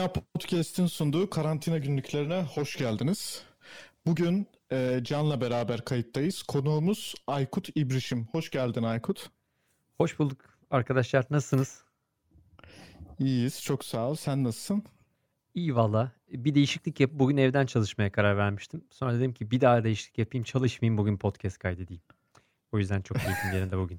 Dünya Podcast'in sunduğu karantina günlüklerine hoş geldiniz. Bugün Can'la beraber kayıttayız. Konuğumuz Aykut İbrişim. Hoş geldin Aykut. Hoş bulduk arkadaşlar. Nasılsınız? İyiyiz, çok sağ ol. Sen nasılsın? İyi valla. Bir değişiklik yap. Bugün evden çalışmaya karar vermiştim. Sonra dedim ki bir daha değişiklik yapayım. Çalışmayayım, bugün podcast kaydedeyim. O yüzden çok keyfim yerinde bugün.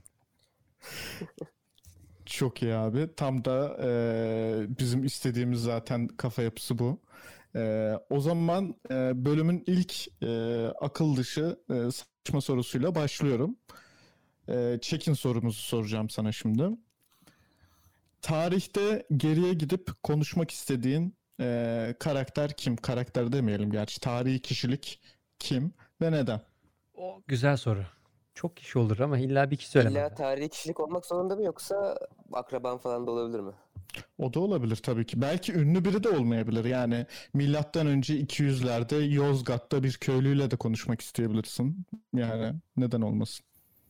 Çok iyi abi. Tam da bizim istediğimiz zaten kafa yapısı bu. O zaman bölümün ilk akıl dışı saçma sorusuyla başlıyorum. Check-in sorumuzu soracağım sana şimdi. Tarihte geriye gidip konuşmak istediğin karakter kim? Karakter demeyelim gerçi. Tarihi kişilik kim ve neden? O güzel soru. Çok kişi olur ama illa bir kişi söylemem İlla lazım. tarihi kişilik olmak zorunda mı yoksa akraban falan da olabilir mi? O da olabilir tabii ki. Belki ünlü biri de olmayabilir. Yani milattan önce 200'lerde Yozgat'ta bir köylüyle de konuşmak isteyebilirsin. Yani neden olmasın?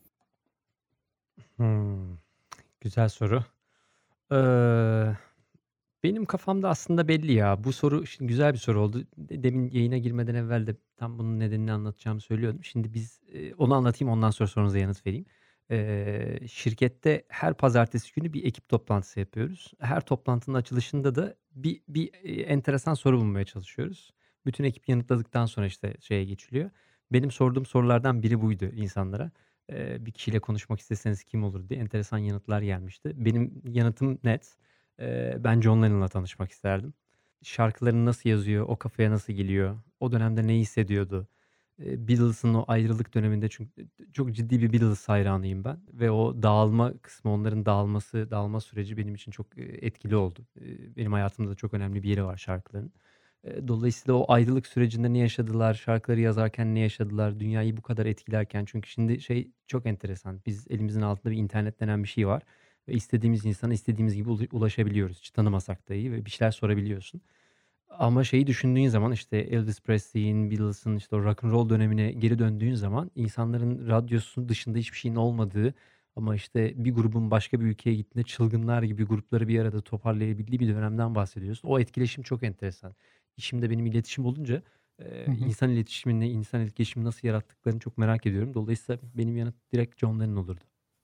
Hmm, güzel soru. Ee, Benim kafamda aslında belli ya. Bu soru şimdi güzel bir soru oldu. Demin yayına girmeden evvel de tam bunun nedenini anlatacağımı söylüyordum. Şimdi biz onu anlatayım, ondan sonra sorunuza yanıt vereyim. Şirkette her pazartesi günü bir ekip toplantısı yapıyoruz. Her toplantının açılışında da bir enteresan soru bulmaya çalışıyoruz. Bütün ekip yanıtladıktan sonra işte şeye geçiliyor. Benim sorduğum sorulardan biri buydu insanlara. Bir kişiyle konuşmak isteseniz kim olur diye enteresan yanıtlar gelmişti. Benim yanıtım net. Ben John Lennon'la tanışmak isterdim. Şarkılarını nasıl yazıyor, o kafaya nasıl geliyor, o dönemde ne hissediyordu? Beatles'ın o ayrılık döneminde, çünkü çok ciddi bir Beatles hayranıyım ben ve o dağılma kısmı, onların dağılma süreci benim için çok etkili oldu. Benim hayatımda da çok önemli bir yeri var şarkıların. Dolayısıyla o ayrılık sürecinde ne yaşadılar, şarkıları yazarken ne yaşadılar, dünyayı bu kadar etkilerken, çünkü şimdi şey çok enteresan. Biz elimizin altında bir internet denen bir şey var ve istediğimiz insana istediğimiz gibi ulaşabiliyoruz. Hiç tanımasak da iyi ve bir şeyler sorabiliyorsun. Ama şeyi düşündüğün zaman, işte Elvis Presley'in, Beatles'ın işte o rock and roll dönemine geri döndüğün zaman, insanların radyosu dışında hiçbir şeyin olmadığı ama işte bir grubun başka bir ülkeye gittiğinde çılgınlar gibi grupları bir arada toparlayabildiği bir dönemden bahsediyorsun. O etkileşim çok enteresan. İşimde benim iletişim olunca Hı hı. insan iletişimini, insan etkileşimi nasıl yarattıklarını çok merak ediyorum. Dolayısıyla benim yanıt direkt John Lennon olurdu.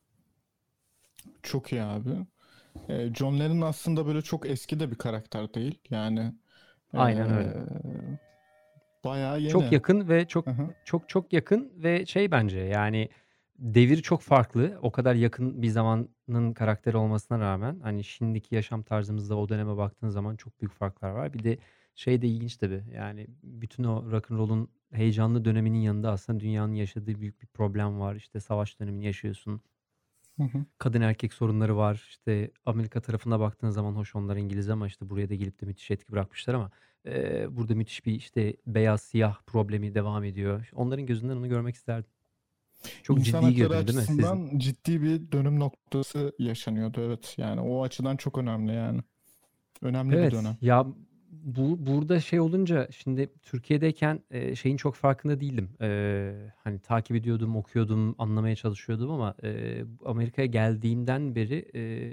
Çok iyi abi. John Lennon aslında böyle çok eski de bir karakter değil. Yani Aynen öyle. e, bayağı Çok yeni. yakın ve Hı hı. çok yakın ve şey, bence yani devir çok farklı. O kadar yakın bir zamanın karakteri olmasına rağmen hani şimdiki yaşam tarzımızda o döneme baktığın zaman çok büyük farklar var. Bir de şey de ilginç tabii. Yani bütün o rock and roll'un heyecanlı döneminin yanında aslında dünyanın yaşadığı büyük bir problem var. İşte savaş dönemini yaşıyorsun. Hı hı. Kadın erkek sorunları var. İşte Amerika tarafına baktığın zaman, hoş onlar İngiliz ama işte buraya da gelip de müthiş etki bırakmışlar ama burada müthiş bir işte beyaz siyah problemi devam ediyor. Onların gözünden onu görmek isterdim. Çok İnsan ciddi hakları girdin değil mi? Siz, açısından ciddi bir dönüm noktası yaşanıyordu, evet. Yani o açıdan çok önemli yani. Önemli bir evet dönem. ya, burada şey olunca, şimdi Türkiye'deyken şeyin çok farkında değildim. Hani takip ediyordum, okuyordum, anlamaya çalışıyordum ama Amerika'ya geldiğimden beri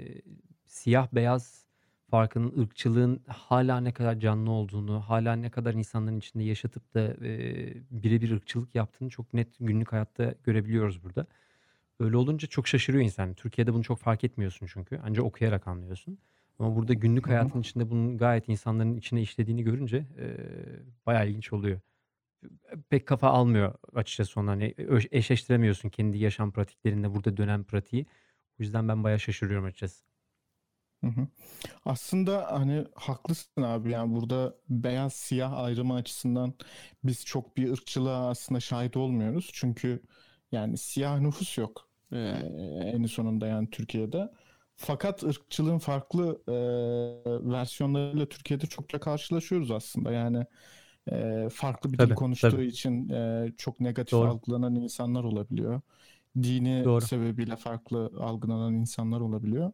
siyah beyaz farkının, ırkçılığın hala ne kadar canlı olduğunu, hala ne kadar insanların içinde yaşatıp da birebir ırkçılık yaptığını çok net günlük hayatta görebiliyoruz burada. Öyle olunca çok şaşırıyor insan. Türkiye'de bunu çok fark etmiyorsun çünkü. Ancak okuyarak anlıyorsun. Ama burada günlük Hı hı. hayatın içinde bunun gayet insanların içine işlediğini görünce bayağı ilginç oluyor. Pek kafa almıyor açıkçası onu. Hani eşleştiremiyorsun kendi yaşam pratiklerinde burada dönem pratiği. O yüzden ben bayağı şaşırıyorum açıkçası. Hı hı. Aslında hani haklısın abi, yani burada beyaz siyah ayrımı açısından biz çok bir ırkçılığa aslında şahit olmuyoruz. Çünkü yani siyah nüfus yok en sonunda yani Türkiye'de. Fakat ırkçılığın farklı versiyonlarıyla Türkiye'de çokça karşılaşıyoruz aslında. Yani farklı bir dil Tabii, konuştuğu tabii. için çok negatif Doğru, algılanan insanlar olabiliyor. Dini doğru. sebebiyle farklı algılanan insanlar olabiliyor.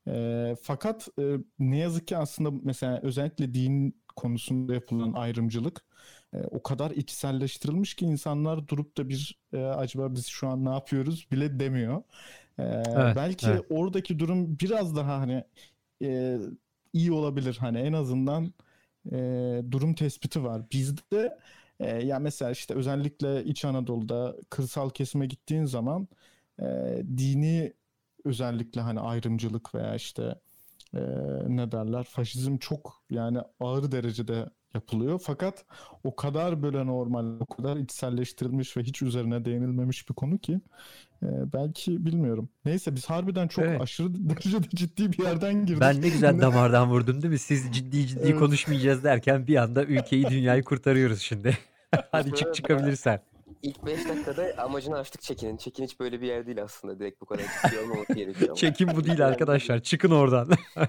Fakat ne yazık ki aslında mesela özellikle din konusunda yapılan ayrımcılık o kadar içselleştirilmiş ki insanlar durup da bir acaba biz şu an ne yapıyoruz bile demiyor. Evet, Belki evet. oradaki durum biraz daha hani e, iyi olabilir, hani en azından durum tespiti var. Bizde ya mesela işte özellikle İç Anadolu'da kırsal kesime gittiğin zaman e, dini özellikle hani ayrımcılık veya işte e, ne derler faşizm çok yani ağır derecede yapılıyor. Fakat o kadar böyle normal, o kadar içselleştirilmiş ve hiç üzerine değinilmemiş bir konu ki belki bilmiyorum. Neyse biz harbiden çok Evet. aşırı derecede ciddi bir yerden girdik. Ben ne güzel Yine damardan vurdum değil mi? Siz ciddi ciddi evet. konuşmayacağız derken bir anda ülkeyi dünyayı kurtarıyoruz şimdi. Hadi Muhtemelen daha çıkabilirsen. ilk 5 dakikada amacını açtık Çekin'in. Çekin hiç böyle bir yer değil aslında. Direkt bu kadar ciddi olmaması gerekiyor ama. Çekim bu değil Önemli arkadaşlar. değil. Çıkın oradan.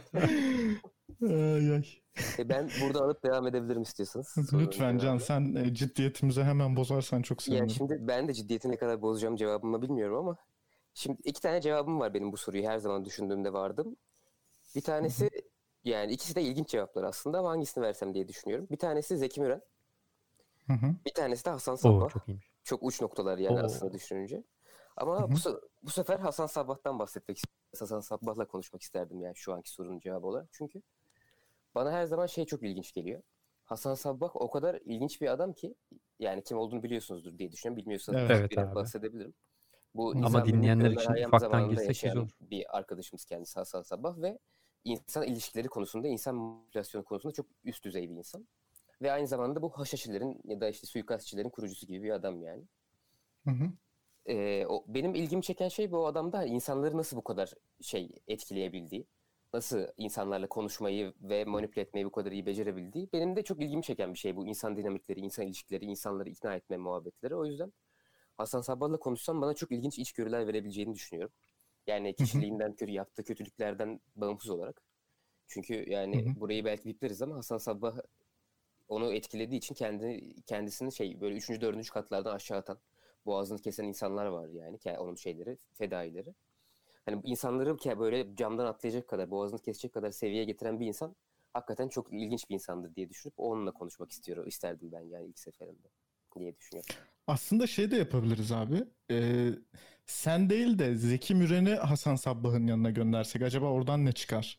Ay, ay. Ben burada alıp devam edebilirim istiyorsanız. Sorunun Lütfen Can cevabı. sen ciddiyetimizi hemen bozarsan çok Ya sevinirim. şimdi ben de ciddiyetini ne kadar bozacağım cevabımı bilmiyorum ama şimdi 2 tane cevabım var benim bu soruyu her zaman düşündüğümde vardım. Bir tanesi yani ikisi de ilginç cevaplar aslında ama hangisini versem diye düşünüyorum. Bir tanesi Zeki Müren, Hı hı. bir tanesi de Hasan Oo Sabbah. çok iyiymiş. Çok uç noktalar yani aslında Oo. düşününce. Hı Ama hı. bu sefer Hasan Sabbah'tan bahsetmek istiyorum. Hasan Sabbah'la konuşmak isterdim yani şu anki sorunun cevabı olarak. Çünkü bana her zaman şey çok ilginç geliyor. Hasan Sabbah o kadar ilginç bir adam ki yani kim olduğunu biliyorsunuzdur diye düşünüyorum. Bilmiyorsanız Evet. Evet biraz abi. bahsedebilirim. Bu Hı hı. Ama Nizami dinleyenler Ömer için Hayyam ufaktan zamanında girsek güzel yaşayan olur. bir arkadaşımız kendisi Hasan Sabbah ve insan ilişkileri konusunda, insan manipülasyonu konusunda çok üst düzey bir insan. Ve aynı zamanda bu haşhaşilerin ya da işte suikastçilerin kurucusu gibi bir adam yani. Hı hı. Benim ilgimi çeken şey bu adamda insanları nasıl bu kadar etkileyebildiği, nasıl insanlarla konuşmayı ve manipüle etmeyi bu kadar iyi becerebildiği. Benim de çok ilgimi çeken bir şey bu insan dinamikleri, insan ilişkileri, insanları ikna etme muhabbetleri. O yüzden Hasan Sabbah'la konuşsam bana çok ilginç içgörüler verebileceğini düşünüyorum. Yani Hı hı. kişiliğinden, yaptığı kötülüklerden bağımsız olarak. Çünkü Hı yani hı. burayı belki bipleriz ama Hasan Sabbah onu etkilediği için kendisini böyle 3. 4. katlardan aşağı atan, boğazını kesen insanlar var yani. Onun şeyleri, fedaileri. Hani insanları böyle camdan atlayacak kadar, boğazını kesecek kadar seviyeye getiren bir insan hakikaten çok ilginç bir insandır diye düşünüp onunla konuşmak isterdim ben yani ilk seferinde diye düşünüyorum. Aslında şey de yapabiliriz abi. Sen değil de Zeki Müren'i Hasan Sabbah'ın yanına göndersek acaba oradan ne çıkar?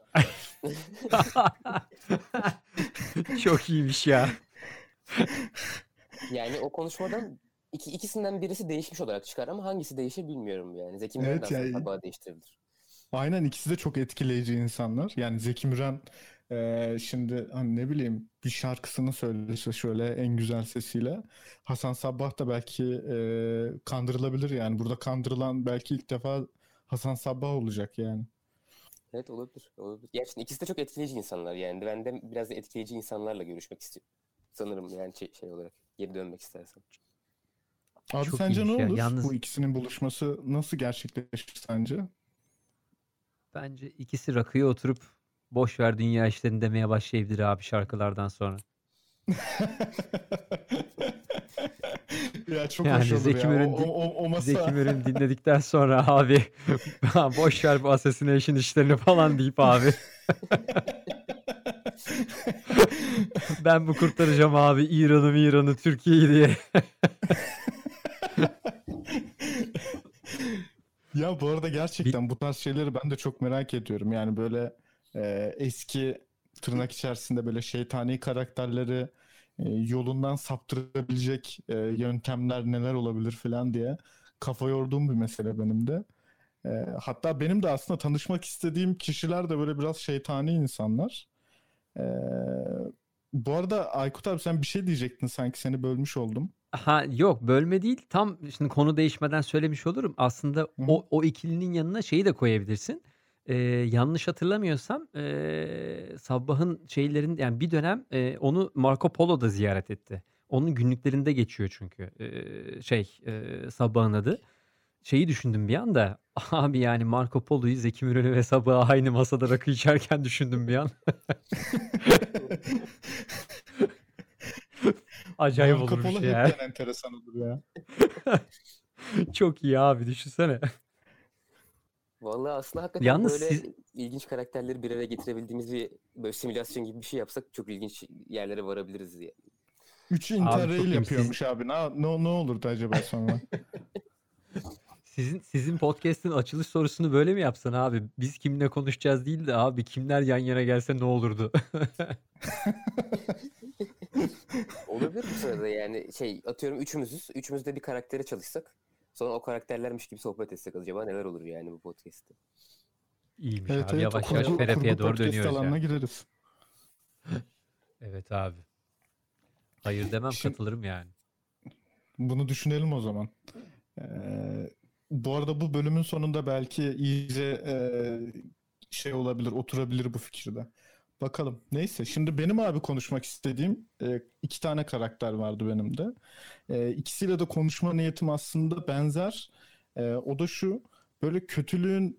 Çok iyiymiş ya. Yani o konuşmadan ikisinden birisi değişmiş olarak çıkar ama hangisi değişir bilmiyorum yani. Zeki Müren de Evet aslında yani tabağı değiştirebilir. aynen ikisi de çok etkileyici insanlar. Yani Zeki Müren şimdi hani ne bileyim bir şarkısını söylese şöyle en güzel sesiyle. Hasan Sabbah da belki kandırılabilir yani. Burada kandırılan belki ilk defa Hasan Sabbah olacak yani. Evet olabilir. Olabilir. Gerçekten ikisi de çok etkileyici insanlar yani. Ben de biraz da etkileyici insanlarla görüşmek istiyorum. Sanırım yani şey olarak geri dönmek istersen. Abi Çok sence ne iyiymiş ya. olur? Bu Yalnız ikisinin buluşması nasıl gerçekleşir sence? bence ikisi rakıya oturup boş ver dünya işlerini demeye başlayabilir abi şarkılardan sonra. Ya çok hoş Yani olur Zeki ya. Müren O Zeki masa. Müren'i dinledikten sonra abi boş ver bu Assassination işlerini falan deyip abi ben bu kurtaracağım abi İran'ı Türkiye'yi diye. Ya bu arada Bir, gerçekten bu tarz şeyleri ben de çok merak ediyorum. Yani böyle eski tırnak içerisinde böyle şeytani karakterleri yolundan saptırabilecek yöntemler neler olabilir falan diye kafa yorduğum bir mesele benim de. Hatta benim de aslında tanışmak istediğim kişiler de böyle biraz şeytani insanlar. E, Bu arada Aykut abi sen bir şey diyecektin sanki seni bölmüş oldum. ha yok bölme değil tam şimdi konu değişmeden söylemiş olurum. Aslında Hı hı. o ikilinin yanına şeyi de koyabilirsin. Yanlış hatırlamıyorsam Sabbah'ın şeylerin yani bir dönem onu Marco Polo da ziyaret etti. Onun günlüklerinde geçiyor çünkü Sabbah'ın adı. Şeyi düşündüm bir anda. Abi yani Marco Polo'yu Zeki Müren'i ve Sabbah'ı aynı masada rakı içerken düşündüm bir an. Acayip Marco olurmuş Polo yani. hepten enteresan olur ya. Çok iyi abi düşünsene. Vallahi aslında hakikaten Yalnız böyle siz ilginç karakterleri bir araya getirebildiğimiz bir böyle simülasyon gibi bir şey yapsak çok ilginç yerlere varabiliriz diye. Üçü abi Interrail çok iyiymiş. yapıyormuş abi. Ne olurdu acaba sonra? Sizin podcast'in açılış sorusunu böyle mi yapsan abi? Biz kimle konuşacağız değil de abi kimler yan yana gelse ne olurdu? Olabilir bu sırada yani atıyorum üçümüzüz. Üçümüz de bir karaktere çalışsak. Sonra o karakterlermiş gibi sohbet etsek acaba neler olur yani bu podcast'te. İyiymiş Evet abi. evet, Yavaş yavaş kurgu terapiye doğru podcast dönüyoruz alanına yani. gireriz. Evet abi. Hayır demem, Şimdi katılırım yani. bunu düşünelim o zaman. Bu arada bu bölümün sonunda belki iyice şey olabilir, oturabilir bu fikirde. Bakalım. Neyse. Şimdi benim abi konuşmak istediğim iki tane karakter vardı benim de. İkisiyle de konuşma niyetim aslında benzer. O da şu. Böyle kötülüğün,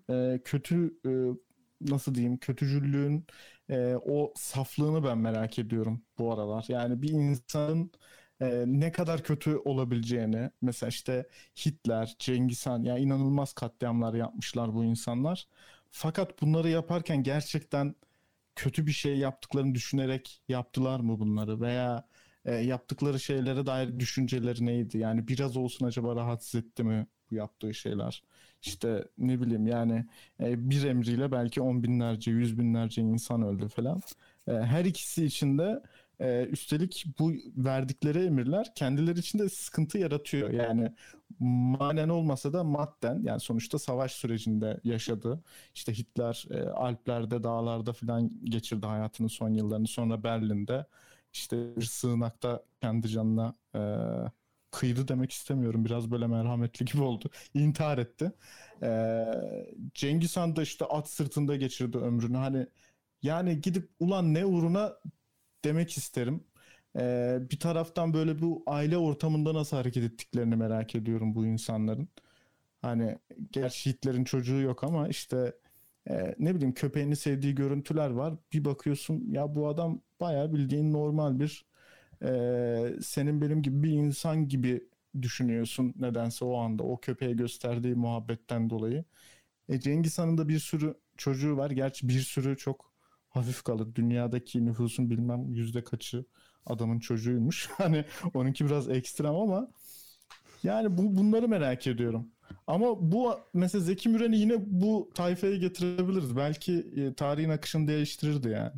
nasıl diyeyim, kötücüllüğün o saflığını ben merak ediyorum bu aralar. Yani bir insanın ne kadar kötü olabileceğini, mesela işte Hitler, Cengiz Han, ya inanılmaz katliamlar yapmışlar bu insanlar. Fakat bunları yaparken gerçekten kötü bir şey yaptıklarını düşünerek yaptılar mı bunları, veya yaptıkları şeylere dair düşünceleri neydi? Yani biraz olsun acaba rahatsız etti mi bu yaptığı şeyler? İşte ne bileyim yani bir emriyle belki on binlerce, yüz binlerce insan öldü falan. Her ikisi için de üstelik bu verdikleri emirler kendileri için de sıkıntı yaratıyor. Yani manen olmasa da madden, yani sonuçta savaş sürecinde yaşadı. İşte Hitler Alplerde, dağlarda falan geçirdi hayatının son yıllarını. Sonra Berlin'de işte bir sığınakta kendi canına kıydı demek istemiyorum. Biraz böyle merhametli gibi oldu. İntihar etti. E, Cengiz Han da işte at sırtında geçirdi ömrünü. Hani yani gidip ulan ne uğruna demek isterim. Bir taraftan böyle bu aile ortamında nasıl hareket ettiklerini merak ediyorum bu insanların. Hani gerçi Hitler'in çocuğu yok ama işte ne bileyim köpeğini sevdiği görüntüler var. Bir bakıyorsun ya bu adam bayağı bildiğin normal bir senin benim gibi bir insan gibi düşünüyorsun nedense o anda o köpeğe gösterdiği muhabbetten dolayı. Cengiz Han'ın da bir sürü çocuğu var. Gerçi bir sürü çok hafif kalır. Dünyadaki nüfusun bilmem yüzde kaçı adamın çocuğuymuş. Hani onunki biraz ekstrem ama yani bunları merak ediyorum. Ama bu mesela Zeki Müren'i yine bu tayfaya getirebiliriz. Belki tarihin akışını değiştirirdi yani.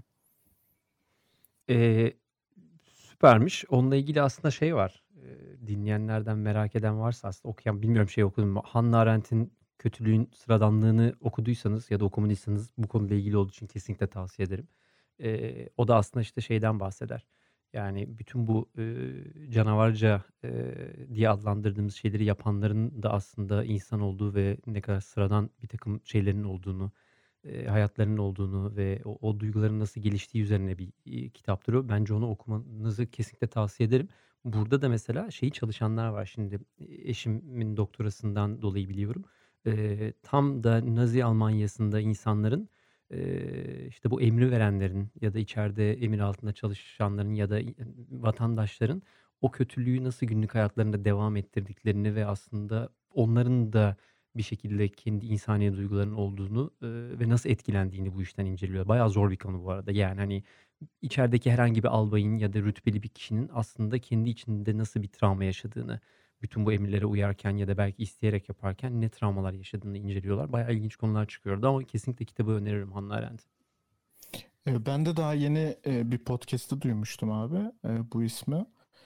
Ee, Süpermiş. Onunla ilgili aslında şey var. Dinleyenlerden merak eden varsa aslında okuyan, bilmiyorum şey okudum mu? Hannah Arendt'in Kötülüğün Sıradanlığını okuduysanız ya da okumadıysanız bu konuyla ilgili olduğu için kesinlikle tavsiye ederim. O da aslında işte şeyden bahseder. Yani bütün bu canavarca diye adlandırdığımız şeyleri yapanların da aslında insan olduğu ve ne kadar sıradan bir takım şeylerin olduğunu, hayatlarının olduğunu ve o duyguların nasıl geliştiği üzerine bir kitaptır o. Bence onu okumanızı kesinlikle tavsiye ederim. Burada da mesela şeyi çalışanlar var. Şimdi eşimin doktorasından dolayı biliyorum. Tam da Nazi Almanya'sında insanların işte bu emri verenlerin ya da içeride emir altında çalışanların ya da vatandaşların o kötülüğü nasıl günlük hayatlarında devam ettirdiklerini ve aslında onların da bir şekilde kendi insani duygularının olduğunu ve nasıl etkilendiğini bu işten inceliyor. Bayağı zor bir konu bu arada. Yani hani içerideki herhangi bir albayın ya da rütbeli bir kişinin aslında kendi içinde nasıl bir travma yaşadığını, bütün bu emirlere uyarken ya da belki isteyerek yaparken ne travmalar yaşadığını inceliyorlar. Bayağı ilginç konular çıkıyordu ama kesinlikle kitabı öneririm Hannah Arendt. Ben de daha yeni bir podcast'ı duymuştum abi bu ismi.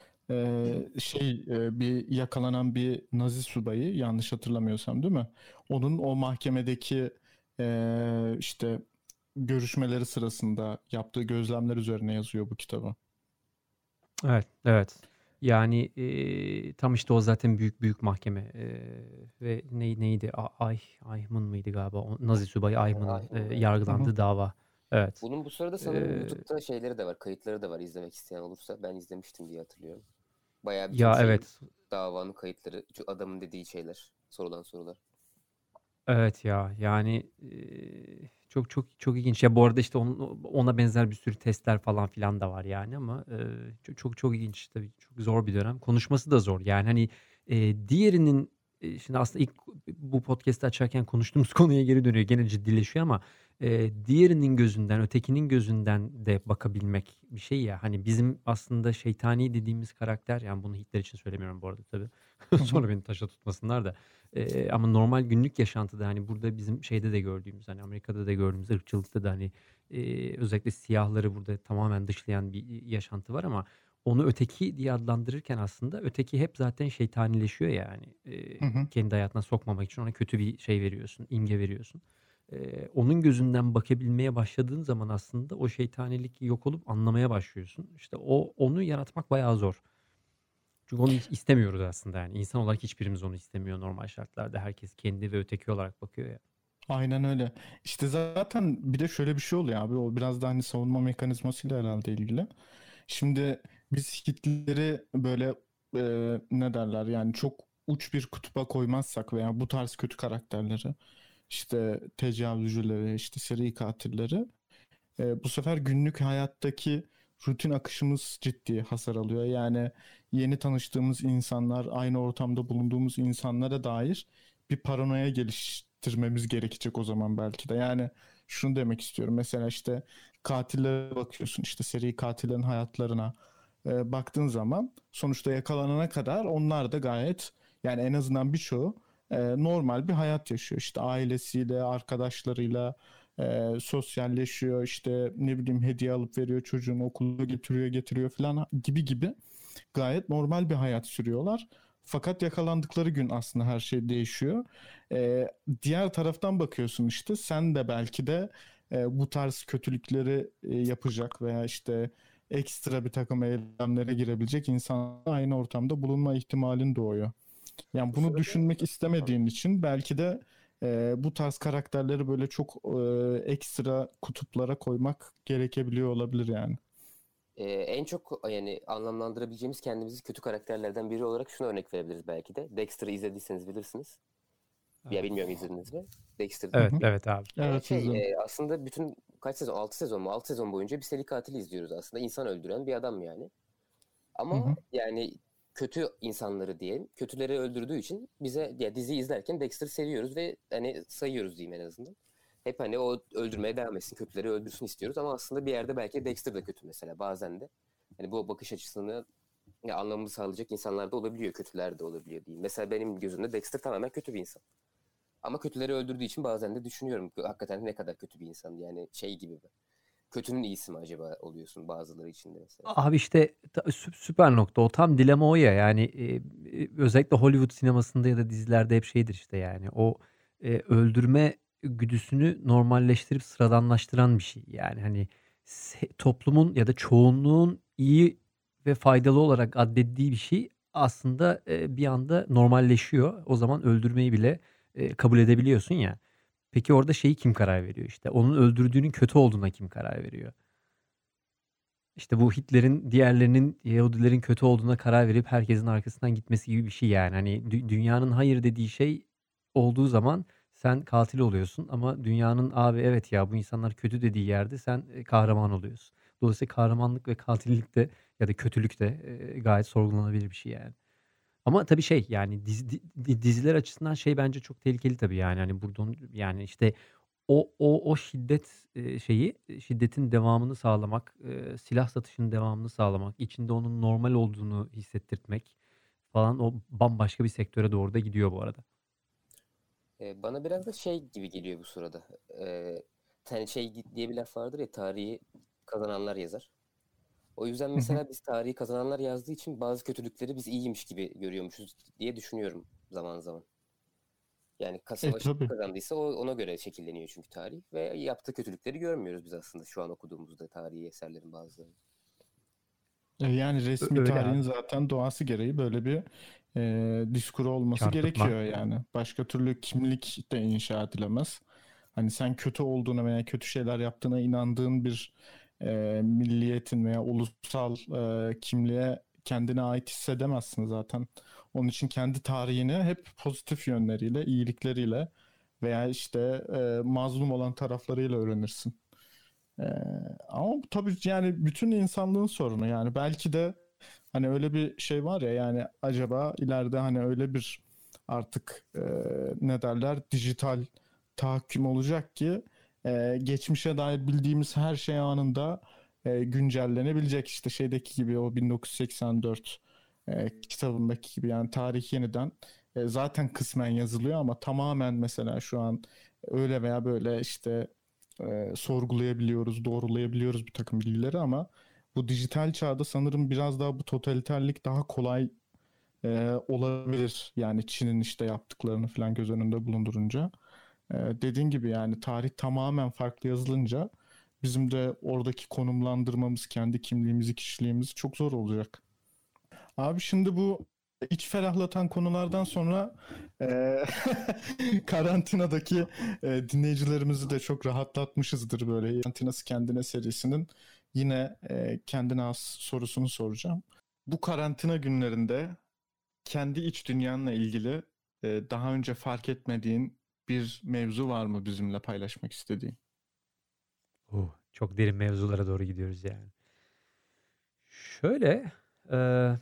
Bir yakalanan bir Nazi subayı, yanlış hatırlamıyorsam değil mi? Onun o mahkemedeki işte görüşmeleri sırasında yaptığı gözlemler üzerine yazıyor bu kitabı. Evet, evet. Yani tam işte o zaten büyük mahkeme ve neydi? Eichmann mıydı galiba? Nazi subayı Eichmann'ın Aynen öyle. Hı hı. yargılandığı dava. Evet. Bunun bu sırada sanırım Eee, YouTube'da şeyleri de var, kayıtları da var izlemek isteyen olursa. Ben izlemiştim diye hatırlıyorum. Bayağı bütün Ya evet. davanın kayıtları, şu adamın dediği şeyler, sorulan sorular. Evet ya yani çok çok çok ilginç. Ya bu arada işte ona benzer bir sürü testler falan filan da var yani ama çok çok çok ilginç tabii. Çok zor bir dönem. Konuşması da zor. Yani hani diğerinin şimdi aslında ilk bu podcast'ı açarken konuştuğumuz konuya geri dönüyor. Gene ciddileşiyor ama, diğerinin gözünden, ötekinin gözünden de bakabilmek bir şey ya. Hani bizim aslında şeytani dediğimiz karakter, yani bunu Hitler için söylemiyorum bu arada tabii. Hı hı. Sonra beni taşa tutmasınlar da. Ama normal günlük yaşantıda, hani, burada bizim şeyde de gördüğümüz, hani, Amerika'da da gördüğümüz ırkçılıkta da, hani, özellikle siyahları burada tamamen dışlayan bir yaşantı var ama onu öteki diye adlandırırken aslında öteki hep zaten şeytanileşiyor ya, hani, Hı hı. kendi hayatına sokmamak için ona kötü bir şey veriyorsun, imge veriyorsun. Onun gözünden bakabilmeye başladığın zaman aslında o şeytanilik yok olup anlamaya başlıyorsun. İşte onu yaratmak bayağı zor. Çünkü onu hiç istemiyoruz aslında yani. İnsan olarak hiçbirimiz onu istemiyor normal şartlarda. Herkes kendi ve öteki olarak bakıyor ya. Aynen öyle. İşte zaten bir de şöyle bir şey oluyor abi. O biraz da hani savunma mekanizmasıyla herhalde ilgili. Şimdi biz Hitler'i böyle ne derler yani çok uç bir kutuba koymazsak veya bu tarz kötü karakterleri işte tecavüzcüleri işte seri katilleri bu sefer günlük hayattaki rutin akışımız ciddi hasar alıyor. Yani yeni tanıştığımız insanlar, aynı ortamda bulunduğumuz insanlara dair bir paranoya geliştirmemiz gerekecek o zaman belki de. Yani şunu demek istiyorum. Mesela işte katillere bakıyorsun, işte seri katillerin hayatlarına baktığın zaman sonuçta yakalanana kadar onlar da gayet yani en azından birçoğu normal bir hayat yaşıyor. İşte ailesiyle, arkadaşlarıyla sosyalleşiyor işte ne bileyim hediye alıp veriyor çocuğunu okula getiriyor getiriyor falan gibi gibi gayet normal bir hayat sürüyorlar. Fakat yakalandıkları gün aslında her şey değişiyor. Diğer taraftan bakıyorsun işte sen de belki de bu tarz kötülükleri yapacak veya işte ekstra bir takım eylemlere girebilecek insanla aynı ortamda bulunma ihtimalin doğuyor. Yani Bu bunu sırada düşünmek pardon. istemediğin için belki de bu tarz karakterleri böyle çok ekstra kutuplara koymak gerekebiliyor olabilir yani. En çok yani anlamlandırabileceğimiz kendimizi kötü karakterlerden biri olarak şuna örnek verebiliriz belki de. Dexter'ı izlediyseniz bilirsiniz. Ya Evet. bilmiyorum izlediniz mi? Dexter. Hı Evet, hı. evet abi. Evet izledim. Aslında bütün kaç sezon? 6 sezon mu? 6 sezon boyunca bir seri katili izliyoruz aslında. İnsan öldüren bir adam yani. Hı Ama hı. yani kötü insanları diyelim. Kötüleri öldürdüğü için bize ya dizi izlerken Dexter'ı seviyoruz ve hani sayıyoruz diyeyim en azından. Hep hani o öldürmeye devam etsin, kötüleri öldürsün istiyoruz ama aslında bir yerde belki Dexter de kötü mesela bazen de. Hani bu bakış açısını ya anlamını sağlayacak insanlar da olabiliyor, kötüler de olabiliyor diyeyim. Mesela benim gözümde Dexter tamamen kötü bir insan. Ama kötüleri öldürdüğü için bazen de düşünüyorum hakikaten ne kadar kötü bir insan yani şey gibi mi? Kötünün iyisi mi acaba oluyorsun bazıları için de mesela. Abi işte süper nokta o. Tam dilema o ya. Yani, özellikle Hollywood sinemasında ya da dizilerde hep şeydir işte yani o, öldürme güdüsünü normalleştirip sıradanlaştıran bir şey. Yani, hani, toplumun ya da çoğunluğun iyi ve faydalı olarak addettiği bir şey aslında, bir anda normalleşiyor. O zaman öldürmeyi bile, kabul edebiliyorsun ya. Peki orada şeyi kim karar veriyor işte? Onun öldürdüğünün kötü olduğuna kim karar veriyor? İşte bu Hitler'in diğerlerinin Yahudilerin kötü olduğuna karar verip herkesin arkasından gitmesi gibi bir şey yani. Hani dünyanın hayır dediği şey olduğu zaman sen katil oluyorsun ama dünyanın abi evet ya bu insanlar kötü dediği yerde sen, kahraman oluyorsun. Dolayısıyla kahramanlık ve katillik de ya da kötülük de, gayet sorgulanabilir bir şey yani. Ama tabii şey, yani diziler açısından şey bence çok tehlikeli tabii yani. Hani burada yani işte o şiddet, şiddetin devamını sağlamak, silah satışının devamını sağlamak, içinde onun normal olduğunu hissettirtmek falan o bambaşka bir sektöre doğru da gidiyor bu arada. Bana biraz da şey gibi geliyor bu sırada. Hani şey diye bir laf vardır ya tarihi kazananlar yazar. O yüzden Hı hı. mesela biz tarihi kazananlar yazdığı için bazı kötülükleri biz iyiymiş gibi görüyormuşuz diye düşünüyorum zaman zaman. Yani savaşı kim Tabii. kazandıysa ona göre şekilleniyor çünkü tarih ve yaptığı kötülükleri görmüyoruz biz aslında şu an okuduğumuzda tarihi eserlerin bazılarını. Yani resmi Öyle tarihin abi. zaten doğası gereği böyle bir diskuru olması Çarpıtma. gerekiyor yani. Başka türlü kimlik de inşa edilemez. Hani sen kötü olduğuna veya kötü şeyler yaptığına inandığın bir milliyetin veya ulusal kimliğe kendine ait hissedemezsin zaten. Onun için kendi tarihini hep pozitif yönleriyle, iyilikleriyle veya işte mazlum olan taraflarıyla öğrenirsin. Ee, Ama tabii yani bütün insanlığın sorunu yani belki de hani öyle bir şey var ya yani acaba ileride hani öyle bir artık ne derler, dijital tahakküm olacak ki geçmişe dair bildiğimiz her şey anında güncellenebilecek. İşte şeydeki gibi, o 1984 kitabındaki gibi, yani tarih yeniden zaten kısmen yazılıyor ama tamamen mesela şu an öyle veya böyle işte sorgulayabiliyoruz, doğrulayabiliyoruz bir takım bilgileri ama bu dijital çağda sanırım biraz daha bu totaliterlik daha kolay olabilir. Yani Çin'in işte yaptıklarını falan göz önünde bulundurunca. Dediğin gibi yani tarih tamamen farklı yazılınca bizim de oradaki konumlandırmamız, kendi kimliğimizi, kişiliğimizi çok zor olacak. Abi şimdi bu iç ferahlatan konulardan sonra e, karantinadaki dinleyicilerimizi de çok rahatlatmışızdır böyle. Karantinası Kendine serisinin yine kendine has sorusunu soracağım. Bu karantina günlerinde kendi iç dünyanla ilgili daha önce fark etmediğin bir mevzu var mı bizimle paylaşmak istediğin? Çok derin mevzulara doğru gidiyoruz yani. Şöyle, eee,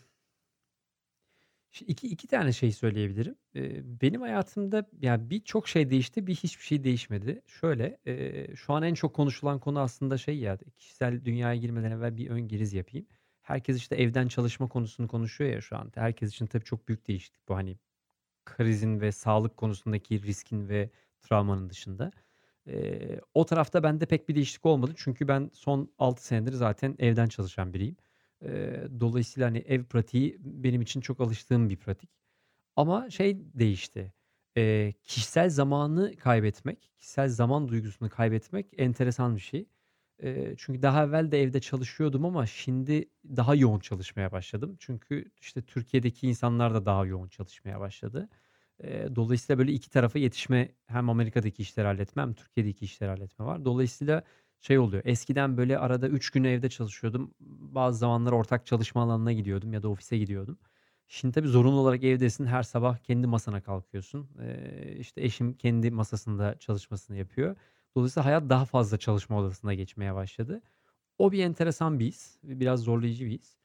iki tane şey söyleyebilirim. Benim hayatımda yani birçok şey değişti, hiçbir şey değişmedi. Şöyle, şu an en çok konuşulan konu aslında şey ya, kişisel dünyaya girmeden evvel bir ön giriz yapayım. Herkes işte evden çalışma konusunu konuşuyor ya şu an. Herkes için tabii çok büyük değişiklik bu, hani krizin ve sağlık konusundaki riskin ve travmanın dışında. O tarafta bende pek bir değişiklik olmadı. Çünkü ben son 6 senedir zaten evden çalışan biriyim. Dolayısıyla, hani, ev pratiği benim için çok alıştığım bir pratik. Ama şey değişti, kişisel zamanı kaybetmek, kişisel zaman duygusunu kaybetmek enteresan bir şey. Çünkü daha evvel de evde çalışıyordum ama şimdi daha yoğun çalışmaya başladım. Çünkü, işte, Türkiye'deki insanlar da daha yoğun çalışmaya başladı. Dolayısıyla böyle 2 tarafa yetişme, hem Amerika'daki işleri halletme hem Türkiye'deki işleri halletme var. Dolayısıyla şey oluyor, eskiden böyle arada 3 gün evde çalışıyordum. Bazı zamanlar ortak çalışma alanına gidiyordum ya da ofise gidiyordum. Şimdi tabii zorunlu olarak evdesin. Her sabah kendi masana kalkıyorsun. İşte eşim kendi masasında çalışmasını yapıyor. Dolayısıyla hayat daha fazla çalışma odasına geçmeye başladı. O bir enteresan bir his, biraz zorlayıcı bir his.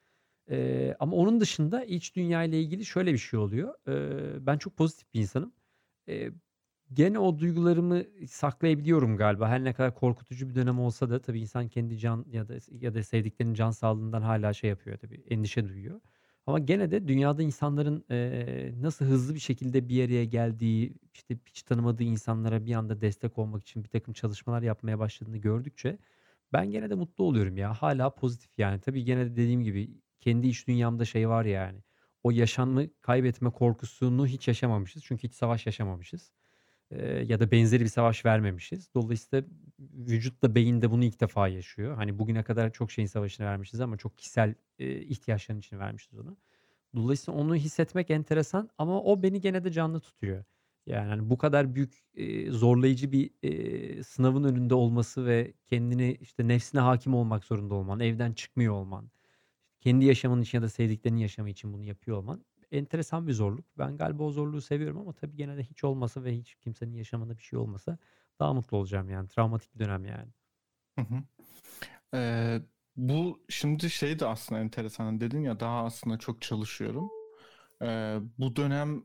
Ama onun dışında iç dünyayla ilgili şöyle bir şey oluyor. Ben çok pozitif bir insanım. Eee, Gene o duygularımı saklayabiliyorum galiba. Her ne kadar korkutucu bir dönem olsa da tabii insan kendi can ya da sevdiklerinin can sağlığından hâlâ şey yapıyor tabii, endişe duyuyor. Ama gene de dünyada insanların, nasıl hızlı bir şekilde bir araya geldiği, işte, hiç tanımadığı insanlara bir anda destek olmak için birtakım çalışmalar yapmaya başladığını gördükçe ben gene de mutlu oluyorum ya. Hâlâ pozitif yani. Tabii gene de dediğim gibi kendi iç dünyamda şey var yani, o yaşamı kaybetme korkusunu hiç yaşamamışız. Çünkü hiç savaş yaşamamışız, ya da benzeri bir savaş vermemişiz. Dolayısıyla vücut beyin de bunu ilk defa yaşıyor. Hani bugüne kadar çok şeyin savaşını vermişiz ama çok kişisel, ihtiyaçların için vermişiz onu. Dolayısıyla onu hissetmek enteresan ama o beni gene de canlı tutuyor. Yani, hani, bu kadar büyük, zorlayıcı bir, sınavın önünde olması ve kendini, işte, nefsine hâkim olmak zorunda olman, evden çıkmıyor olman, kendi yaşamın için ya da sevdiklerinin yaşamı için bunu yapıyor olman enteresan bir zorluk. Ben galiba o zorluğu seviyorum ama tabii gene de hiç olmasa ve hiç kimsenin yaşamında bir şey olmasa daha mutlu olacağım yani. Travmatik bir dönem yani. Hı hı. Ee, Bu şimdi şey de aslında enteresan, dedin ya daha aslında çok çalışıyorum. Bu dönem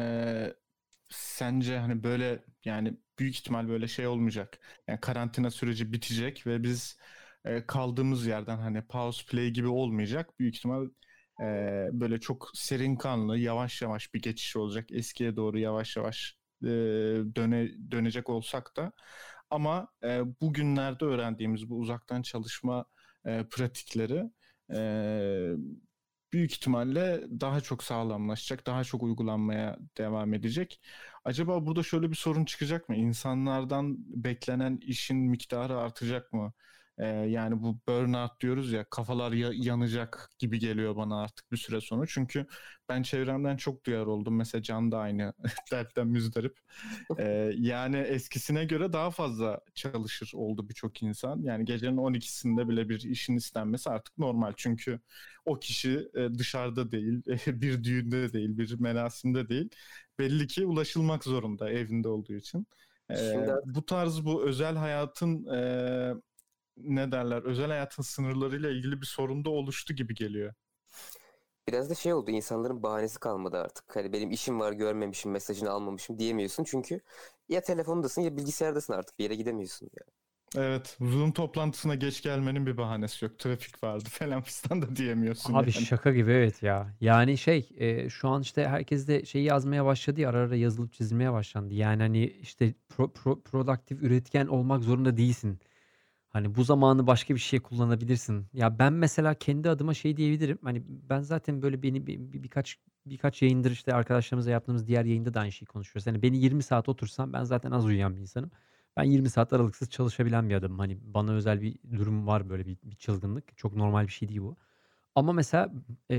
sence hani böyle, yani büyük ihtimal böyle şey olmayacak. Yani karantina süreci bitecek ve biz kaldığımız yerden hani pause play gibi olmayacak. Büyük ihtimal böyle çok serin kanlı, yavaş yavaş bir geçiş olacak. Eskiye doğru yavaş yavaş dönecek olsak da. Ama bugünlerde öğrendiğimiz bu uzaktan çalışma pratikleri e, büyük ihtimalle daha çok sağlamlaşacak, daha çok uygulanmaya devam edecek. Acaba burada şöyle bir sorun çıkacak mı? İnsanlardan beklenen işin miktarı artacak mı? Yani bu burnout diyoruz ya, kafalar yanacak gibi geliyor bana artık bir süre sonra. Çünkü ben çevremden çok duyar oldum. Mesela Can da aynı dertten müzdarip. Yani eskisine göre daha fazla çalışır oldu birçok insan. Yani gecenin 12'sinde bile bir işin istenmesi artık normal. Çünkü o kişi dışarıda değil, bir düğünde değil, bir merasimde değil. Belli ki ulaşılmak zorunda evinde olduğu için. Şimdi Bu tarz bu özel hayatın ne derler, özel hayatın sınırlarıyla ilgili bir sorun da oluştu gibi geliyor. Biraz da şey oldu, insanların bahanesi kalmadı artık. Hani benim işim var, görmemişim, mesajını almamışım diyemiyorsun. Çünkü ya telefondasın ya bilgisayardasın, artık bir yere gidemiyorsun. Evet, Zoom toplantısına geç gelmenin bir bahanesi yok. Trafik vardı falan fistan da diyemiyorsun Abi yani. şaka gibi, evet ya. Yani şu an işte herkes de şeyi yazmaya başladı ya, ara ara yazılıp çizilmeye başlandı. Yani hani işte produktif, üretken olmak zorunda değilsin. Hani bu zamanı başka bir şeye kullanabilirsin. Ya ben mesela kendi adıma şey diyebilirim. Hani ben zaten böyle beni birkaç yayındır işte arkadaşlarımızla yaptığımız diğer yayında da aynı şeyi konuşuyoruz. Hani beni 20 saat otursam ben zaten az uyuyan bir insanım. Ben 20 saat aralıksız çalışabilen bir adamım. Hani bana özel bir durum var, böyle bir çılgınlık. Çok normal bir şey değil bu. Ama mesela,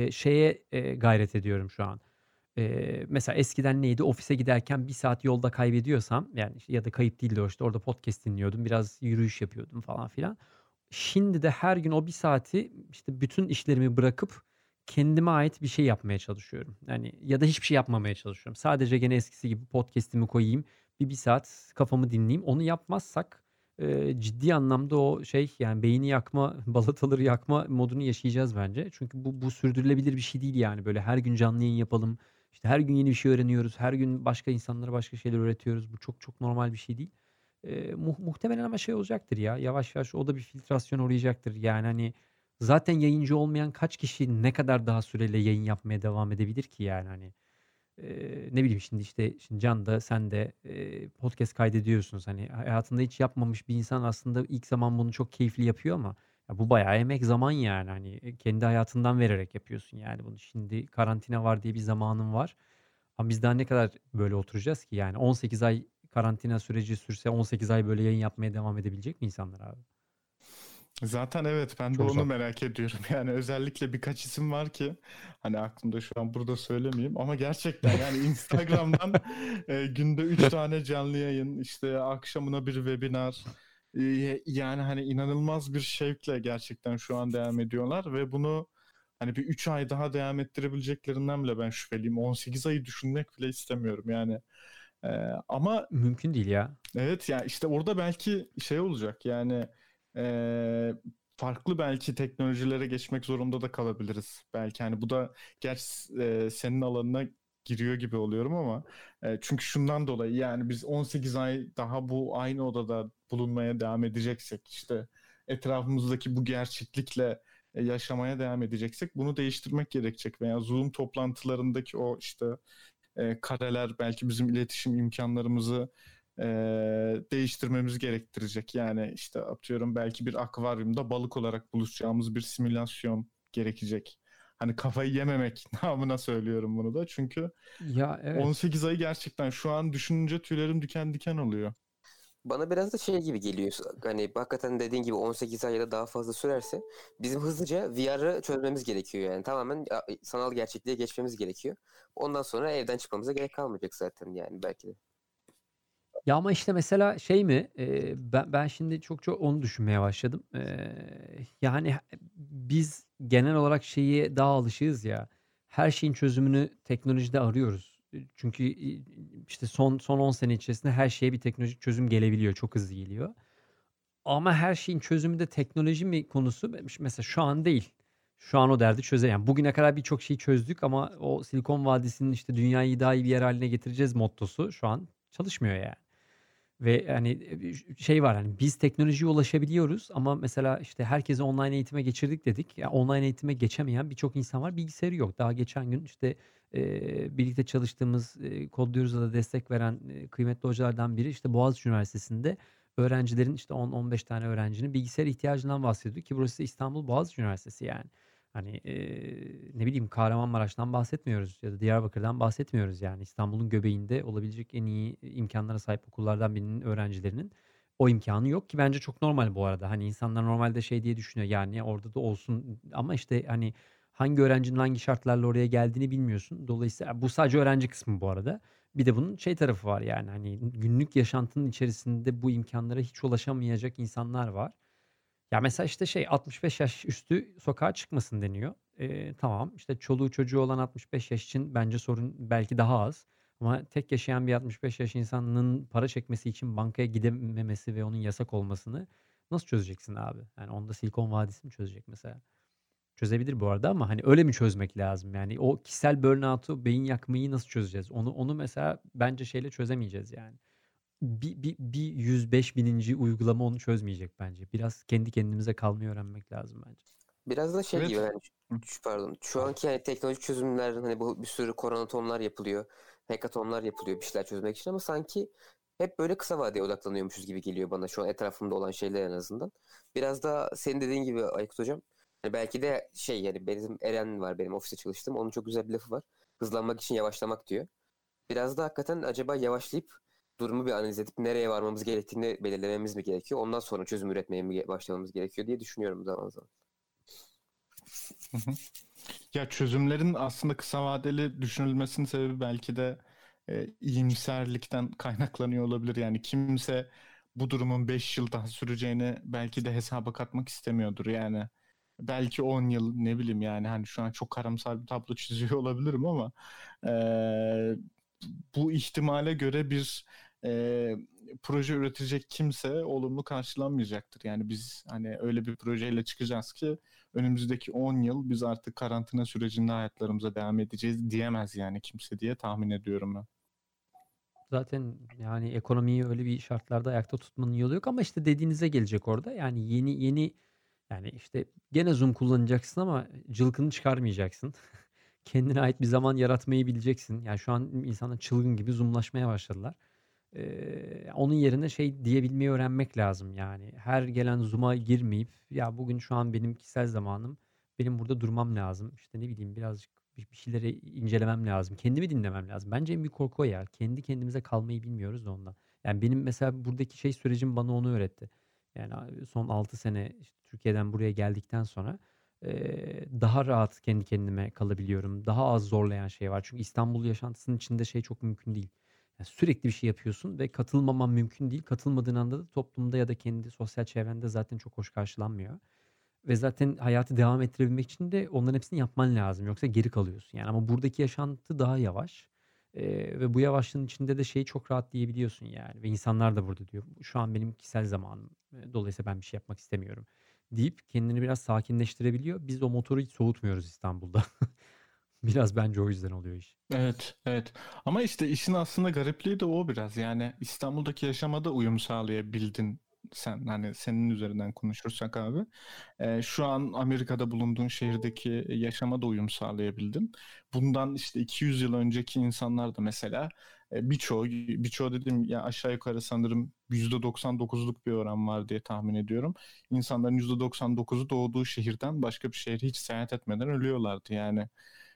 gayret ediyorum şu an. Mesela eskiden neydi? Ofise giderken bir saat yolda kaybediyorsam, yani, işte, ya da kayıp değil de o, işte, orada podcast dinliyordum, biraz yürüyüş yapıyordum falan filan. Şimdi de her gün o bir saati, işte, bütün işlerimi bırakıp kendime ait bir şey yapmaya çalışıyorum. Yani, ya da hiçbir şey yapmamaya çalışıyorum. Sadece gene eskisi gibi podcast'imi koyayım, bir saat kafamı dinleyeyim. Onu yapmazsak, ciddi anlamda o yani, beyni yakma, balataları yakma modunu yaşayacağız bence. Çünkü bu sürdürülebilir bir şey değil yani. Böyle her gün canlı yayın yapalım, işte, her gün yeni bir şey öğreniyoruz, her gün başka insanlara başka şeyler öğretiyoruz. Bu çok çok normal bir şey değil. Muhtemelen ama şey olacaktır ya, yavaş yavaş o da bir filtrasyona uğrayacaktır. Yani, hani, zaten yayıncı olmayan kaç kişi ne kadar daha süreyle yayın yapmaya devam edebilir ki yani, hani? Ne bileyim, şimdi Can da sen de, podcast kaydediyorsunuz. Hani, hayatında hiç yapmamış bir insan aslında ilk zaman bunu çok keyifli yapıyor ama ya bu bayağı emek, zaman yani. Hani, kendi hayatından vererek yapıyorsun yani bunu. Şimdi karantina var diye bir zamanın var ama biz daha ne kadar böyle oturacağız ki yani? 18 ay karantina süreci sürse 18 ay böyle yayın yapmaya devam edebilecek mi insanlar abi? Zaten evet, ben de Çok onu zor. merak ediyorum. Yani özellikle birkaç isim var ki hani aklımda şu an burada söylemeyeyim ama gerçekten yani Instagram'dan günde 3 tane canlı yayın, işte akşamına bir webinar, yani hani inanılmaz bir şevkle gerçekten şu an devam ediyorlar ve bunu hani bir 3 ay daha devam ettirebileceklerinden bile ben şüpheliyim. 18 ayı düşünmek bile istemiyorum yani. E, ama Mümkün değil ya. Evet, yani işte orada belki şey olacak yani, eee, farklı belki teknolojilere geçmek zorunda da kalabiliriz. Belki hani bu da gerçi senin alanına giriyor gibi oluyorum ama çünkü şundan dolayı yani biz 18 ay daha bu aynı odada bulunmaya devam edeceksek, işte etrafımızdaki bu gerçeklikle yaşamaya devam edeceksek bunu değiştirmek gerekecek veya Zoom toplantılarındaki o işte kareler belki bizim iletişim imkanlarımızı e, değiştirmemiz gerektirecek. Yani işte atıyorum belki bir akvaryumda balık olarak buluşacağımız bir simülasyon gerekecek. Hani kafayı yememek namına söylüyorum bunu da. Çünkü Ya, evet. 18 ayı gerçekten şu an düşününce tüylerim diken diken oluyor. Bana biraz da şey gibi geliyor. Hani hakikaten dediğin gibi 18 ay ya da daha fazla sürerse bizim hızlıca VR'ı çözmemiz gerekiyor yani. Tamamen sanal gerçekliğe geçmemiz gerekiyor. Ondan sonra evden çıkmamıza gerek kalmayacak zaten yani, belki de. Ya, ama, işte, mesela şey mi, ben şimdi çok onu düşünmeye başladım. Yani, biz genel olarak daha alışığız ya, her şeyin çözümünü teknolojide arıyoruz. Çünkü, işte, son 10 sene içerisinde her şeye bir teknolojik çözüm gelebiliyor, çok hızlı geliyor. Ama her şeyin çözümü de teknoloji mi konusu mesela şu an değil. Şu an o derdi yani bugüne kadar birçok şeyi çözdük ama o Silikon Vadisi'nin, işte, dünyayı daha iyi bir yer hâline getireceğiz mottosu şu an çalışmıyor yani. Ve, hani, şey var, hani, biz teknolojiye ulaşabiliyoruz ama mesela, işte, herkesi online eğitime geçirdik dedik. Ya, online eğitime geçemeyen birçok insan var. Bilgisayarı yok. Daha geçen gün, işte, birlikte çalıştığımız, Kodluyoruz'a da destek veren, kıymetli hocalardan biri, işte, Boğaziçi Üniversitesi'nde öğrencilerin, işte, 10-15 tane öğrencinin bilgisayar ihtiyacından bahsediyor ki burası İstanbul Boğaziçi Üniversitesi yani. Hani, ne bileyim, Kahramanmaraş'tan bahsetmiyoruz ya da Diyarbakır'dan bahsetmiyoruz yani. İstanbul'un göbeğinde olabilecek en iyi imkânlara sahip okullardan birinin öğrencilerinin o imkânı yok ki bence çok normal bu arada. Hani, insanlar normalde şey diye düşünüyor, yani, orada da olsun ama, işte, hani, hangi öğrencinin hangi şartlarla oraya geldiğini bilmiyorsun. Dolayısıyla bu sadece öğrenci kısmı bu arada. Bir de bunun şey tarafı var, yani, hani, günlük yaşantının içerisinde bu imkânlara hiç ulaşamayacak insanlar var. Ya, mesela, işte, 65 yaş üstü sokağa çıkmasın deniyor. Tamam, işte, çoluğu çocuğu olan 65 yaş için bence sorun belki daha az ama tek yaşayan bir 65 yaş insanının para çekmesi için bankaya gidememesi ve onun yasak olmasını nasıl çözeceksin abi? Yani, onu da Silikon Vadisi mi çözecek mesela? Çözebilir bu arada ama, hani, öyle mi çözmek lazım? Yani o kişisel burnout'u, beyin yakmayı nasıl çözeceğiz? Onu mesela bence şeyle çözemeyeceğiz yani. Bir 105.000'inci uygulama onu çözmeyecek bence. Biraz kendi kendimize kalmayı öğrenmek lazım bence. Biraz da şey gibi Evet. yani Hı. pardon. Şu anki yani teknolojik çözümlerin hani bu bir sürü koronatonlar yapılıyor. Hackathonlar yapılıyor bir şeyler çözmek için ama sanki hep böyle kısa vadeye odaklanıyormuşuz gibi geliyor bana şu an etrafımda olan şeyler en azından. Biraz da senin dediğin gibi Aykut Hocam. Hani belki de şey yani benim Eren var benim ofiste çalıştığım. Onun çok güzel bir lafı var. Hızlanmak için yavaşlamak diyor. Biraz da hakikaten acaba yavaşlayıp durumu bir analiz edip nereye varmamız gerektiğini belirlememiz mi gerekiyor? Ondan sonra çözüm üretmeye mi başlamamız gerekiyor diye düşünüyorum zaman zaman. Hı hı. Ya çözümlerin aslında kısa vadeli düşünülmesinin sebebi belki de iyimserlikten kaynaklanıyor olabilir. Yani kimse bu durumun 5 yıl daha süreceğini belki de hesaba katmak istemiyordur. Yani belki 10 yıl ne bileyim yani hani şu an çok karamsar bir tablo çiziyor olabilirim ama e, bu ihtimale göre bir proje üretecek kimse olumlu karşılanmayacaktır. Yani biz hani öyle bir projeyle çıkacağız ki önümüzdeki 10 yıl biz artık karantina sürecinde hayatlarımıza devam edeceğiz diyemez yani kimse diye tahmin ediyorum ben. Zaten yani ekonomiyi öyle bir şartlarda ayakta tutmanın yolu yok ama işte dediğinize gelecek orada. Yani yeni yani işte gene Zoom kullanacaksın ama cılkını çıkarmayacaksın. Kendine ait bir zaman yaratmayı bileceksin. Yani şu an insanlar çılgın gibi Zoom'laşmaya başladılar. Onun yerine şey diyebilmeyi öğrenmek lazım yani. Her gelen Zoom'a girmeyip ya bugün şu an benim kişisel zamanım. Benim burada durmam lazım. İşte ne bileyim birazcık bir şeyleri incelemem lazım. Kendimi dinlemem lazım. Bence en büyük korku o ya. Kendi kendimize kalmayı bilmiyoruz da ondan. Yani benim mesela buradaki şey sürecim bana onu öğretti. Yani son 6 sene işte Türkiye'den buraya geldikten sonra daha rahat kendi kendime kalabiliyorum. Daha az zorlayan şey var. Çünkü İstanbul yaşantısının içinde şey çok mümkün değil. Ya, sürekli bir şey yapıyorsun ve katılmaman mümkün değil. Katılmadığın anda da toplumda ya da kendi sosyal çevrende zaten çok hoş karşılanmıyor. Ve zaten hayatı devam ettirebilmek için de onların hepsini yapman lazım. Yoksa geri kalıyorsun yani ama buradaki yaşantı daha yavaş, ve bu yavaşlığın içinde de şeyi çok rahat diyebiliyorsun yani ve insanlar da burada diyor, "Şu an benim kişisel zamanım, dolayısıyla ben bir şey yapmak istemiyorum." deyip kendini biraz sakinleştirebiliyor. Biz o motoru hiç soğutmuyoruz İstanbul'da. Biraz bence o yüzden oluyor iş. Evet, evet. Ama işte işin aslında garipliği de o biraz. Yani İstanbul'daki yaşama da uyum sağlayabildin sen. Hani senin üzerinden konuşursak abi. Şu an Amerika'da bulunduğun şehirdeki yaşama da uyum sağlayabildin. Bundan işte 200 yıl önceki insanlar da mesela birçoğu dedim ya aşağı yukarı sanırım %99'luk bir oran var diye tahmin ediyorum. İnsanların %99'u doğduğu şehirden başka bir şehre hiç seyahat etmeden ölüyorlardı yani.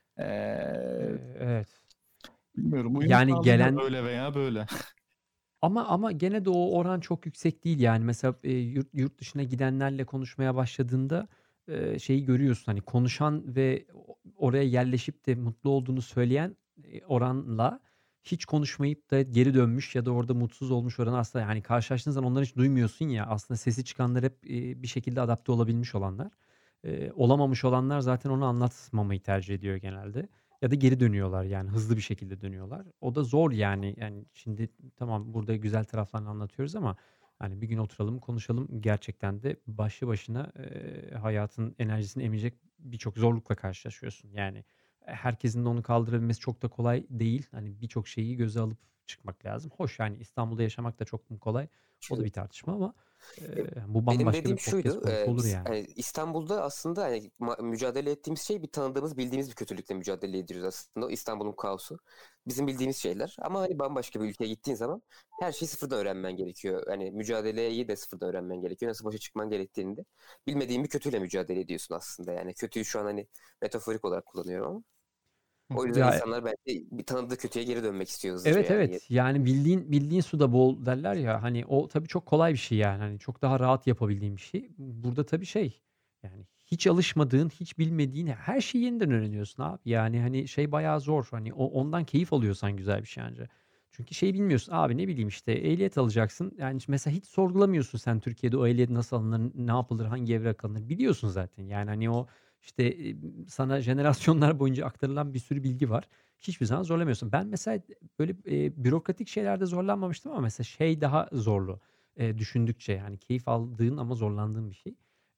Ee, Evet. Bilmiyorum. Uyum Yani sağlanıyor gelen öyle veya böyle. ama gene de o oran çok yüksek değil yani. Mesela, yurt dışına gidenlerle konuşmaya başladığında, şeyi görüyorsun, hani, konuşan ve oraya yerleşip de mutlu olduğunu söyleyen, oranla hiç konuşmayıp da geri dönmüş ya da orada mutsuz olmuş oranı aslında, yani, karşılaştığın zaman onları hiç duymuyorsun ya, aslında sesi çıkanlar hep, bir şekilde adapte olabilmiş olanlar. Olamamış olanlar zaten onu anlatmamayı tercih ediyor genelde. Ya da geri dönüyorlar yani hızlı bir şekilde dönüyorlar. O da zor yani. Yani şimdi tamam burada güzel taraflarını anlatıyoruz ama hani bir gün oturalım konuşalım. Gerçekten de başlı başına hayatın enerjisini emecek birçok zorlukla karşılaşıyorsun. Yani herkesin de onu kaldırabilmesi çok da kolay değil. Hani birçok şeyi göze alıp çıkmak lazım. Hoş yani İstanbul'da yaşamak da çok mu kolay? O da bir tartışma ama bu Benim bambaşka bir dediğim podcast şuydu. konusu olur Biz yani. hani İstanbul'da aslında hani mücadele ettiğimiz şey bir tanıdığımız, bildiğimiz bir kötülükle mücadele ediyoruz aslında. O İstanbul'un kaosu. Bizim bildiğimiz şeyler. Ama hani bambaşka bir ülkeye gittiğin zaman her şeyi sıfırdan öğrenmen gerekiyor. Hani mücadeleyi de sıfırdan öğrenmen gerekiyor. Nasıl başa çıkman gerektiğini de. Bilmediğin bir kötüyle mücadele ediyorsun aslında. Yani kötüyü şu an hani metaforik olarak kullanıyorum ama. O yüzden Ya insanlar belki bir tanıdığı kötüye geri dönmek istiyor hızlıca evet, yani. evet. Yani bildiğin suda boğul derler ya, hani, o tabii çok kolay bir şey yani. Hani, çok daha rahat yapabildiğin bir şey. Burada tabii şey, yani, hiç alışmadığın, hiç bilmediğin her şeyi yeniden öğreniyorsun abi. Yani, hani, şey bayağı zor. Hani, ondan keyif alıyorsan güzel bir şey anca. Çünkü şeyi bilmiyorsun abi, ne bileyim, işte, ehliyet alacaksın. Yani, mesela hiç sorgulamıyorsun sen Türkiye'de o ehliyet nasıl alınır, ne yapılır, hangi evrak alınır biliyorsun zaten. Yani, hani, o, işte, sana jenerasyonlar boyunca aktarılan bir sürü bilgi var. Hiçbir zaman zorlamıyorsun. Ben mesela böyle, bürokratik şeylerde zorlanmamıştım ama mesela şey daha zorlu, düşündükçe, yani keyif aldığın ama zorlandığın bir şey.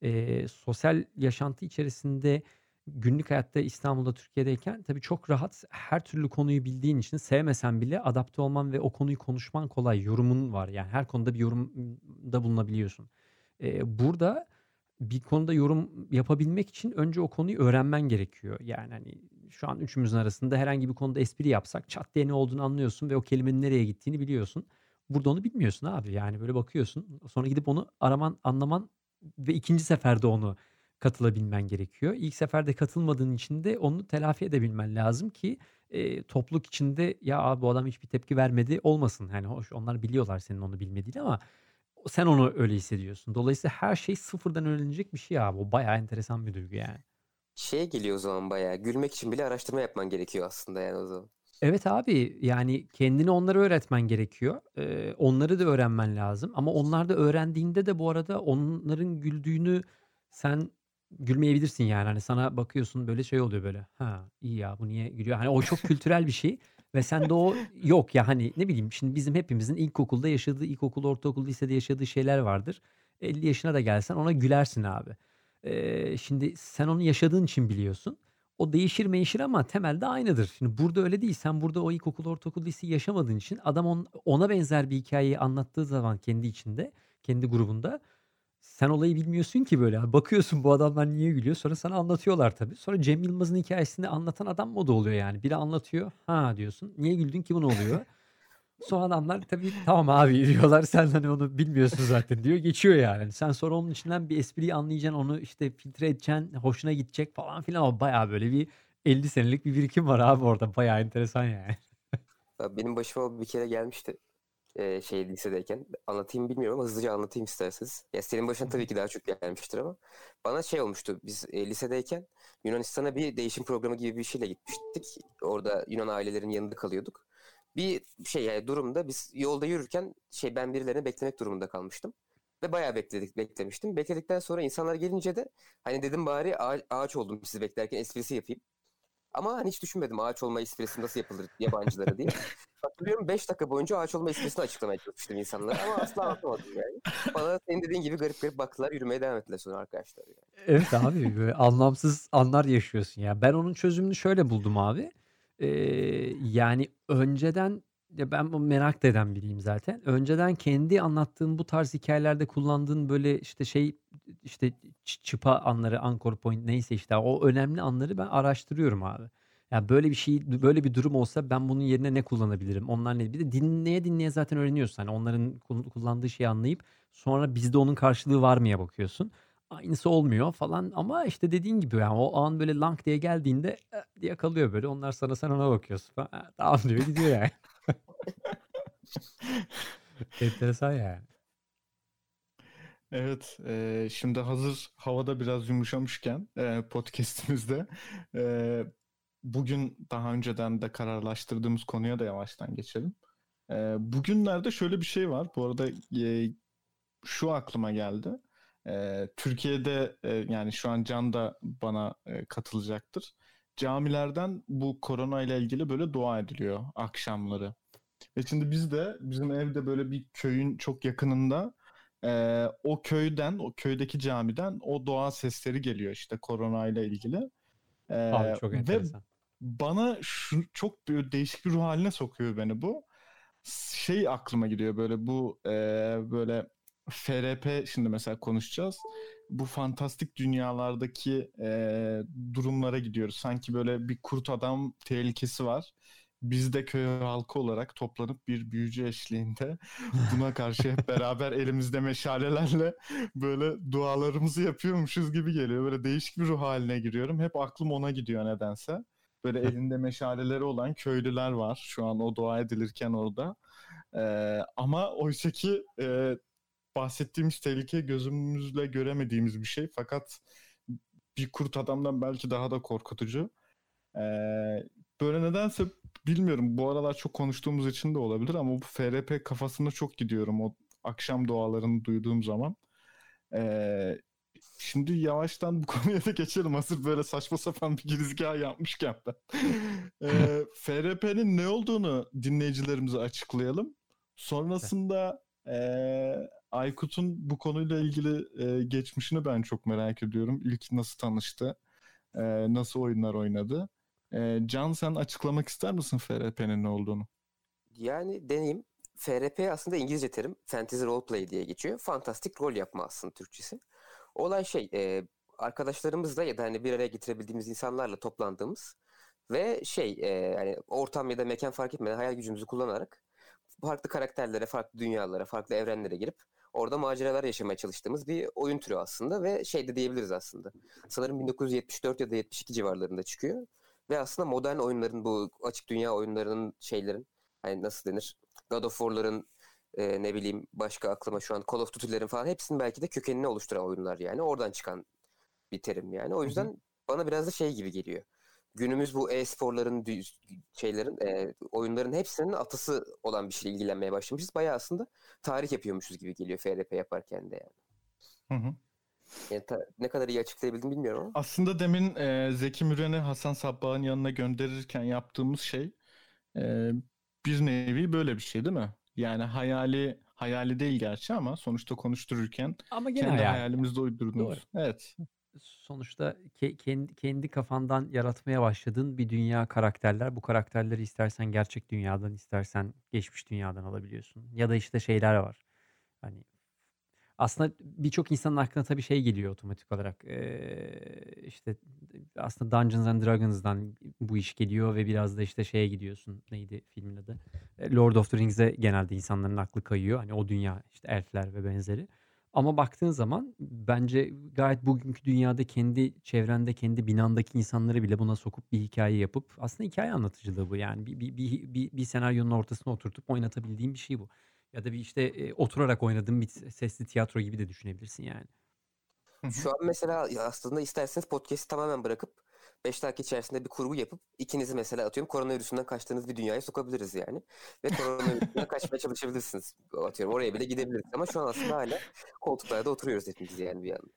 sosyal yaşantı içerisinde günlük hayatta İstanbul'da, Türkiye'deyken tabii çok rahat her türlü konuyu bildiğin için sevmesen bile adapte olman ve o konuyu konuşman kolay. Yorumun var. Yani her konuda bir yorumda bulunabiliyorsun. Burada bir konuda yorum yapabilmek için önce o konuyu öğrenmen gerekiyor. Yani, hani, şu an üçümüzün arasında herhangi bir konuda espri yapsak çat diye ne olduğunu anlıyorsun ve o kelimenin nereye gittiğini biliyorsun. Burada onu bilmiyorsun abi. Yani, böyle bakıyorsun, sonra gidip onu araman, anlaman ve ikinci seferde onu katılabilmen gerekiyor. İlk seferde katılmadığın için de onu telafi edebilmen lazım ki, topluluk içinde "Ya, abi bu adam hiçbir tepki vermedi." olmasın. Hani, hoş onlar biliyorlar senin onu bilmediğini ama sen onu öyle hissediyorsun. Dolayısıyla her şey sıfırdan öğrenilecek bir şey abi. O bayağı enteresan bir duygu yani. Şeye geliyor o zaman bayağı. Gülmek için bile araştırma yapman gerekiyor aslında yani o zaman. Evet abi, yani kendine onları öğretmen gerekiyor. Onları da öğrenmen lazım ama onlar da öğrendiğinde de bu arada onların güldüğünü sen gülmeyebilirsin yani. Hani sana bakıyorsun böyle şey oluyor böyle. Ha, iyi ya bu niye gülüyor? Hani o çok kültürel bir şey ve sende o yok ya hani ne bileyim şimdi bizim hepimizin ilkokulda yaşadığı, ilkokul, ortaokul, lisede yaşadığı şeyler vardır. 50 yaşına da gelsen ona gülersin abi. Şimdi sen onu yaşadığın için biliyorsun. O değişir meşir ama temelde aynıdır. Şimdi burada öyle değil. Sen burada o ilkokul, ortaokul, liseyi yaşamadığın için adam ona benzer bir hikayeyi anlattığı zaman kendi içinde, kendi grubunda sen olayı bilmiyorsun ki böyle. Bakıyorsun bu adamlar niye gülüyor? Sonra sana anlatıyorlar tabii. Sonra Cem Yılmaz'ın hikayesini anlatan adam mı o da oluyor yani. Biri anlatıyor. Ha diyorsun. Niye güldün ki bu ne oluyor? Sonra adamlar tabii tamam abi diyorlar. Sen hani onu bilmiyorsun zaten diyor. Geçiyor yani. Hani sen sonra onun içinden bir espriyi anlayacaksın. Onu işte filtre edeceksin. Hoşuna gidecek falan filan. Ama bayağı böyle bir 50 senelik bir birikim var abi orada. Bayağı enteresan yani. Benim başıma bir kere gelmişti. Lisedeyken. Anlatayım bilmiyorum ama hızlıca anlatayım isterseniz. Ya senin başına tabii ki daha çok gelmiştir ama bana şey olmuştu. Biz lisedeyken Yunanistan'a bir değişim programı gibi bir şeyle gitmiştik. Orada Yunan ailelerin yanında kalıyorduk. Bir yani durumda biz yolda yürürken ben birilerini beklemek durumunda kalmıştım. Ve bayağı beklemiştim. Bekledikten sonra insanlar gelince de hani dedim bari ağaç oldum sizi beklerken esprisi yapayım. Ama hani hiç düşünmedim ağaç olma esprisi nasıl yapılır yabancılara diye. Hatırlıyorum 5 dakika boyunca ağaç olma esprisini açıklamaya çalışmıştım insanlara ama asla anlatamadım yani. Bana senin dediğin gibi garip garip baktılar, yürümeye devam ettiler sonra arkadaşlar yani. Evet abi böyle anlamsız anlar yaşıyorsun ya. Ben onun çözümünü şöyle buldum abi. Yani önceden ya ben bu merak da eden biriyim zaten. Önceden kendi anlattığın bu tarz hikâyelerde kullandığın böyle işte işte çıpa anları, anchor point neyse işte o önemli anları ben araştırıyorum abi. Ya böyle bir şey, böyle bir durum olsa ben bunun yerine ne kullanabilirim? Onlar ne? Bir de dinleye dinleye zaten öğreniyorsun. Hani onların kullandığı şeyi anlayıp sonra bizde onun karşılığı var mıya bakıyorsun. Aynısı olmuyor falan ama işte dediğin gibi yani o an böyle lank diye geldiğinde diye kalıyor böyle. Onlar sana sen ona bakıyorsun falan. Tamam diyor gidiyor yani. Enteresan yani. Evet, şimdi hazır havada biraz yumuşamışken podcast'imizde eee, bugün daha önceden de kararlaştırdığımız konuya da yavaştan geçelim. Bugünlerde şöyle bir şey var. Bu arada şu aklıma geldi. Türkiye'de yani şu an Can da bana katılacaktır. Camilerden bu korona ile ilgili böyle dua ediliyor akşamları. Ve şimdi bizim evde böyle bir köyün çok yakınında o köydeki camiden o dua sesleri geliyor işte korona ile ilgili. Abi çok Ve enteresan. bana çok bir değişik bir ruh haline sokuyor beni bu. Şey aklıma gidiyor böyle bu böyle FRP şimdi mesela konuşacağız. Bu fantastik dünyalardaki durumlara gidiyoruz. Sanki böyle bir kurt adam tehlikesi var. Biz de köy halkı olarak toplanıp bir büyücü eşliğinde buna karşı hep beraber elimizde meşalelerle böyle dualarımızı yapıyormuşuz gibi geliyor. Böyle değişik bir ruh haline giriyorum. Hep aklım ona gidiyor nedense. Böyle elinde meşaleleri olan köylüler var şu an o dua edilirken orada. Ama oysa ki bahsettiğimiz tehlike gözümüzle göremediğimiz bir şey. Fakat bir kurt adamdan belki daha da korkutucu. Böyle nedense bilmiyorum bu aralar çok konuştuğumuz için de olabilir ama bu FRP kafasına çok gidiyorum o akşam dualarını duyduğum zaman. Ee, Şimdi yavaştan bu konuya da geçelim. Hazır böyle saçma sapan bir girizgah yapmışken ben. FRP'nin ne olduğunu dinleyicilerimize açıklayalım. Sonrasında Aykut'un bu konuyla ilgili geçmişini ben çok merak ediyorum. İlk nasıl tanıştı? Nasıl oyunlar oynadı? Can, sen açıklamak ister misin FRP'nin ne olduğunu? Yani deneyim. FRP aslında İngilizce terim. Fantasy Roleplay diye geçiyor. Fantastik rol yapma aslında Türkçesi. Olay arkadaşlarımızla ya da hani bir araya getirebildiğimiz insanlarla toplandığımız ve yani ortam ya da mekan fark etmeden hayal gücümüzü kullanarak farklı karakterlere, farklı dünyalara, farklı evrenlere girip orada maceralar yaşamaya çalıştığımız bir oyun türü aslında ve de diyebiliriz aslında. Sanırım 1974 ya da 72 civarlarında çıkıyor ve aslında modern oyunların, bu açık dünya oyunlarının hani nasıl denir? God of War'ların, ne bileyim, başka aklıma şu an Call of Duty'lerin falan hepsinin belki de kökenini oluşturan oyunlar yani. Oradan çıkan bir terim yani. O Hı hı. yüzden bana biraz da gibi geliyor. Günümüz bu e-sporların, oyunların hepsinin atası olan bir şeyle ilgilenmeye başlamışız. Bayağı aslında tarih yapıyormuşuz gibi geliyor FRP yaparken de yani. Hı hı. Yani ne kadar iyi açıklayabildim bilmiyorum ama. Aslında demin Zeki Müren'i Hasan Sabbah'ın yanına gönderirken yaptığımız şey e, bir nevi böyle bir şey değil mi? Yani hayali değil gerçi ama sonuçta konuştururken Ama gene kendi hayal. hayalimizde Doğru. uydurduğumuz. Evet. Sonuçta kendi kafandan yaratmaya başladığın bir dünya karakterler. Bu karakterleri istersen gerçek dünyadan, istersen geçmiş dünyadan alabiliyorsun. Ya da işte şeyler var. Hani aslında birçok insanın aklına tabii geliyor otomatik olarak. İşte aslında Dungeons and Dragons'dan bu iş geliyor ve biraz da işte gidiyorsun. Neydi filmin adı? Lord of the Rings'e genelde insanların aklı kayıyor. Hani o dünya, işte elfler ve benzeri. Ama baktığın zaman bence gayet bugünkü dünyada kendi çevrende, kendi binandaki insanları bile buna sokup bir hikaye yapıp, aslında hikaye anlatıcılığı bu yani. Bir senaryonun ortasına oturtup oynatabildiğin bir şey bu. Ya da bir işte oturarak oynadığın bir sesli tiyatro gibi de düşünebilirsin yani. Hı hı. Şu an mesela aslında isterseniz podcast'i tamamen bırakıp 5 dakika içerisinde bir kurgu yapıp ikinizi mesela atıyorum koronavirüsünden kaçtığınız bir dünyaya sokabiliriz yani. Ve koronavirüsünden kaçmaya çalışabilirsiniz. Atıyorum oraya bile gidebiliriz. Ama şu an aslında hala koltuklarda oturuyoruz hepimiz yani bir yandan.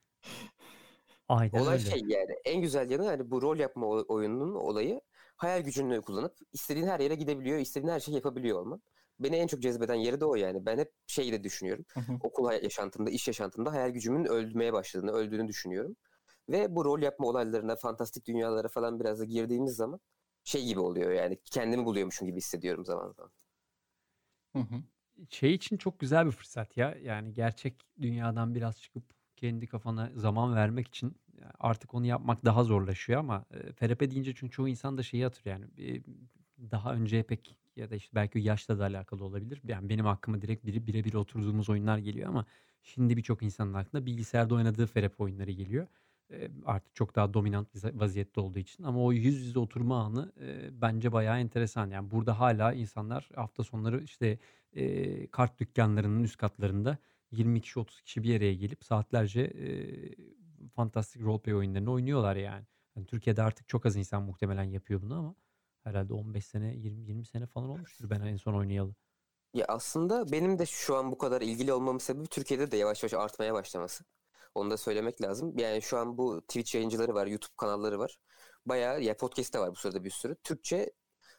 Aynen Olay öyle. yani en güzel yanı hani bu rol yapma oyununun olayı, hayal gücünü kullanıp istediğin her yere gidebiliyor, istediğin her şeyi yapabiliyor olman. Beni en çok cezbeden yeri de o yani. Ben hep de düşünüyorum. Hı hı. Okul yaşantımda, iş yaşantımda hayal gücümün öldüğünü düşünüyorum. Ve bu rol yapma olaylarına, fantastik dünyalara falan biraz da girdiğimiz zaman gibi oluyor yani. Kendimi buluyormuşum gibi hissediyorum zaman zaman. Hı hı. İçin çok güzel bir fırsat ya. Yani gerçek dünyadan biraz çıkıp kendi kafana zaman vermek için artık onu yapmak daha zorlaşıyor ama FRP deyince çünkü çoğu insan da hatırlıyor yani. Daha önce pek ya da işte belki yaşla da alakalı olabilir. Yani benim aklıma direkt birebir oturduğumuz oyunlar geliyor ama şimdi birçok insanın aklına bilgisayarda oynadığı FRP oyunları geliyor. Artık çok daha dominant bir vaziyette olduğu için ama o yüz yüze oturma anı bence bayağı enteresan. Yani burada hala insanlar hafta sonları işte kart dükkanlarının üst katlarında 20 kişi 30 kişi bir araya gelip saatlerce fantastik roleplay oyunlarını oynuyorlar yani. Hani Türkiye'de artık çok az insan muhtemelen yapıyor bunu ama herhalde 15 sene 20 sene falan olmuştur ben en son oynayalı. Ya aslında benim de şu an bu kadar ilgili olmamın sebebi Türkiye'de de yavaş yavaş artmaya başlaması. Onu da söylemek lazım. Yani şu an bu Twitch yayıncıları var, YouTube kanalları var. Bayağı ya podcast de var bu sırada bir sürü. Türkçe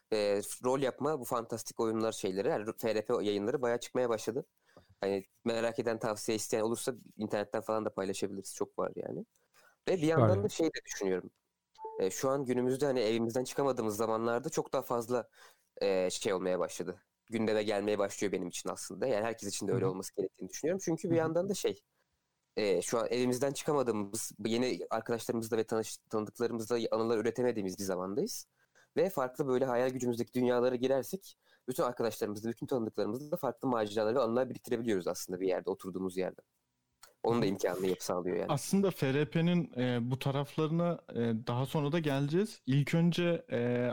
rol yapma, bu fantastik oyunlar yani FRP yayınları bayağı çıkmaya başladı. Hani merak eden, tavsiye isteyen olursa internetten falan da paylaşabiliriz. Çok var yani. Ve bir Süper yandan ya. da de düşünüyorum. Şu an günümüzde hani evimizden çıkamadığımız zamanlarda çok daha fazla olmaya başladı. Gündeme gelmeye başlıyor benim için aslında. Yani herkes için de Hı öyle hı. olması gerektiğini düşünüyorum. Çünkü Hı bir hı. yandan da şu an evimizden çıkamadığımız, yeni arkadaşlarımızla ve tanıdıklarımızla anılar üretemediğimiz bir zamandayız. Ve farklı böyle hayal gücümüzdeki dünyalara girersek bütün arkadaşlarımızla, bütün tanıdıklarımızla farklı maceralar ve anılar biriktirebiliyoruz aslında bir yerde, oturduğumuz yerde. Hı Onun da hı. imkanını sağlıyor yani. Aslında FRP'nin bu taraflarına daha sonra da geleceğiz. İlk önce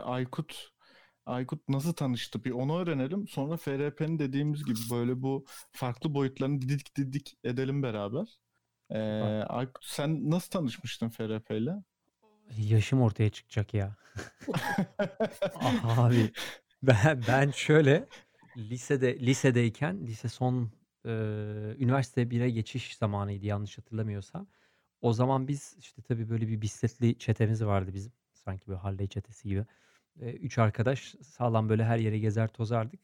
Aykut nasıl tanıştı bir onu öğrenelim. Sonra FRP'nin dediğimiz gibi böyle bu farklı boyutlarını didik edelim beraber. Süper. Aykut, sen nasıl tanışmıştın FRP ile? Yaşım ortaya çıkacak ya. Abi ben şöyle lisedeyken lise son üniversite 1'e geçiş zamanıydı yanlış hatırlamıyorsam. O zaman biz işte tabii böyle bir bisikletli çetemiz vardı bizim. Sanki böyle Harley çetesi gibi. 3 arkadaş sağlam böyle her yere gezer tozardık.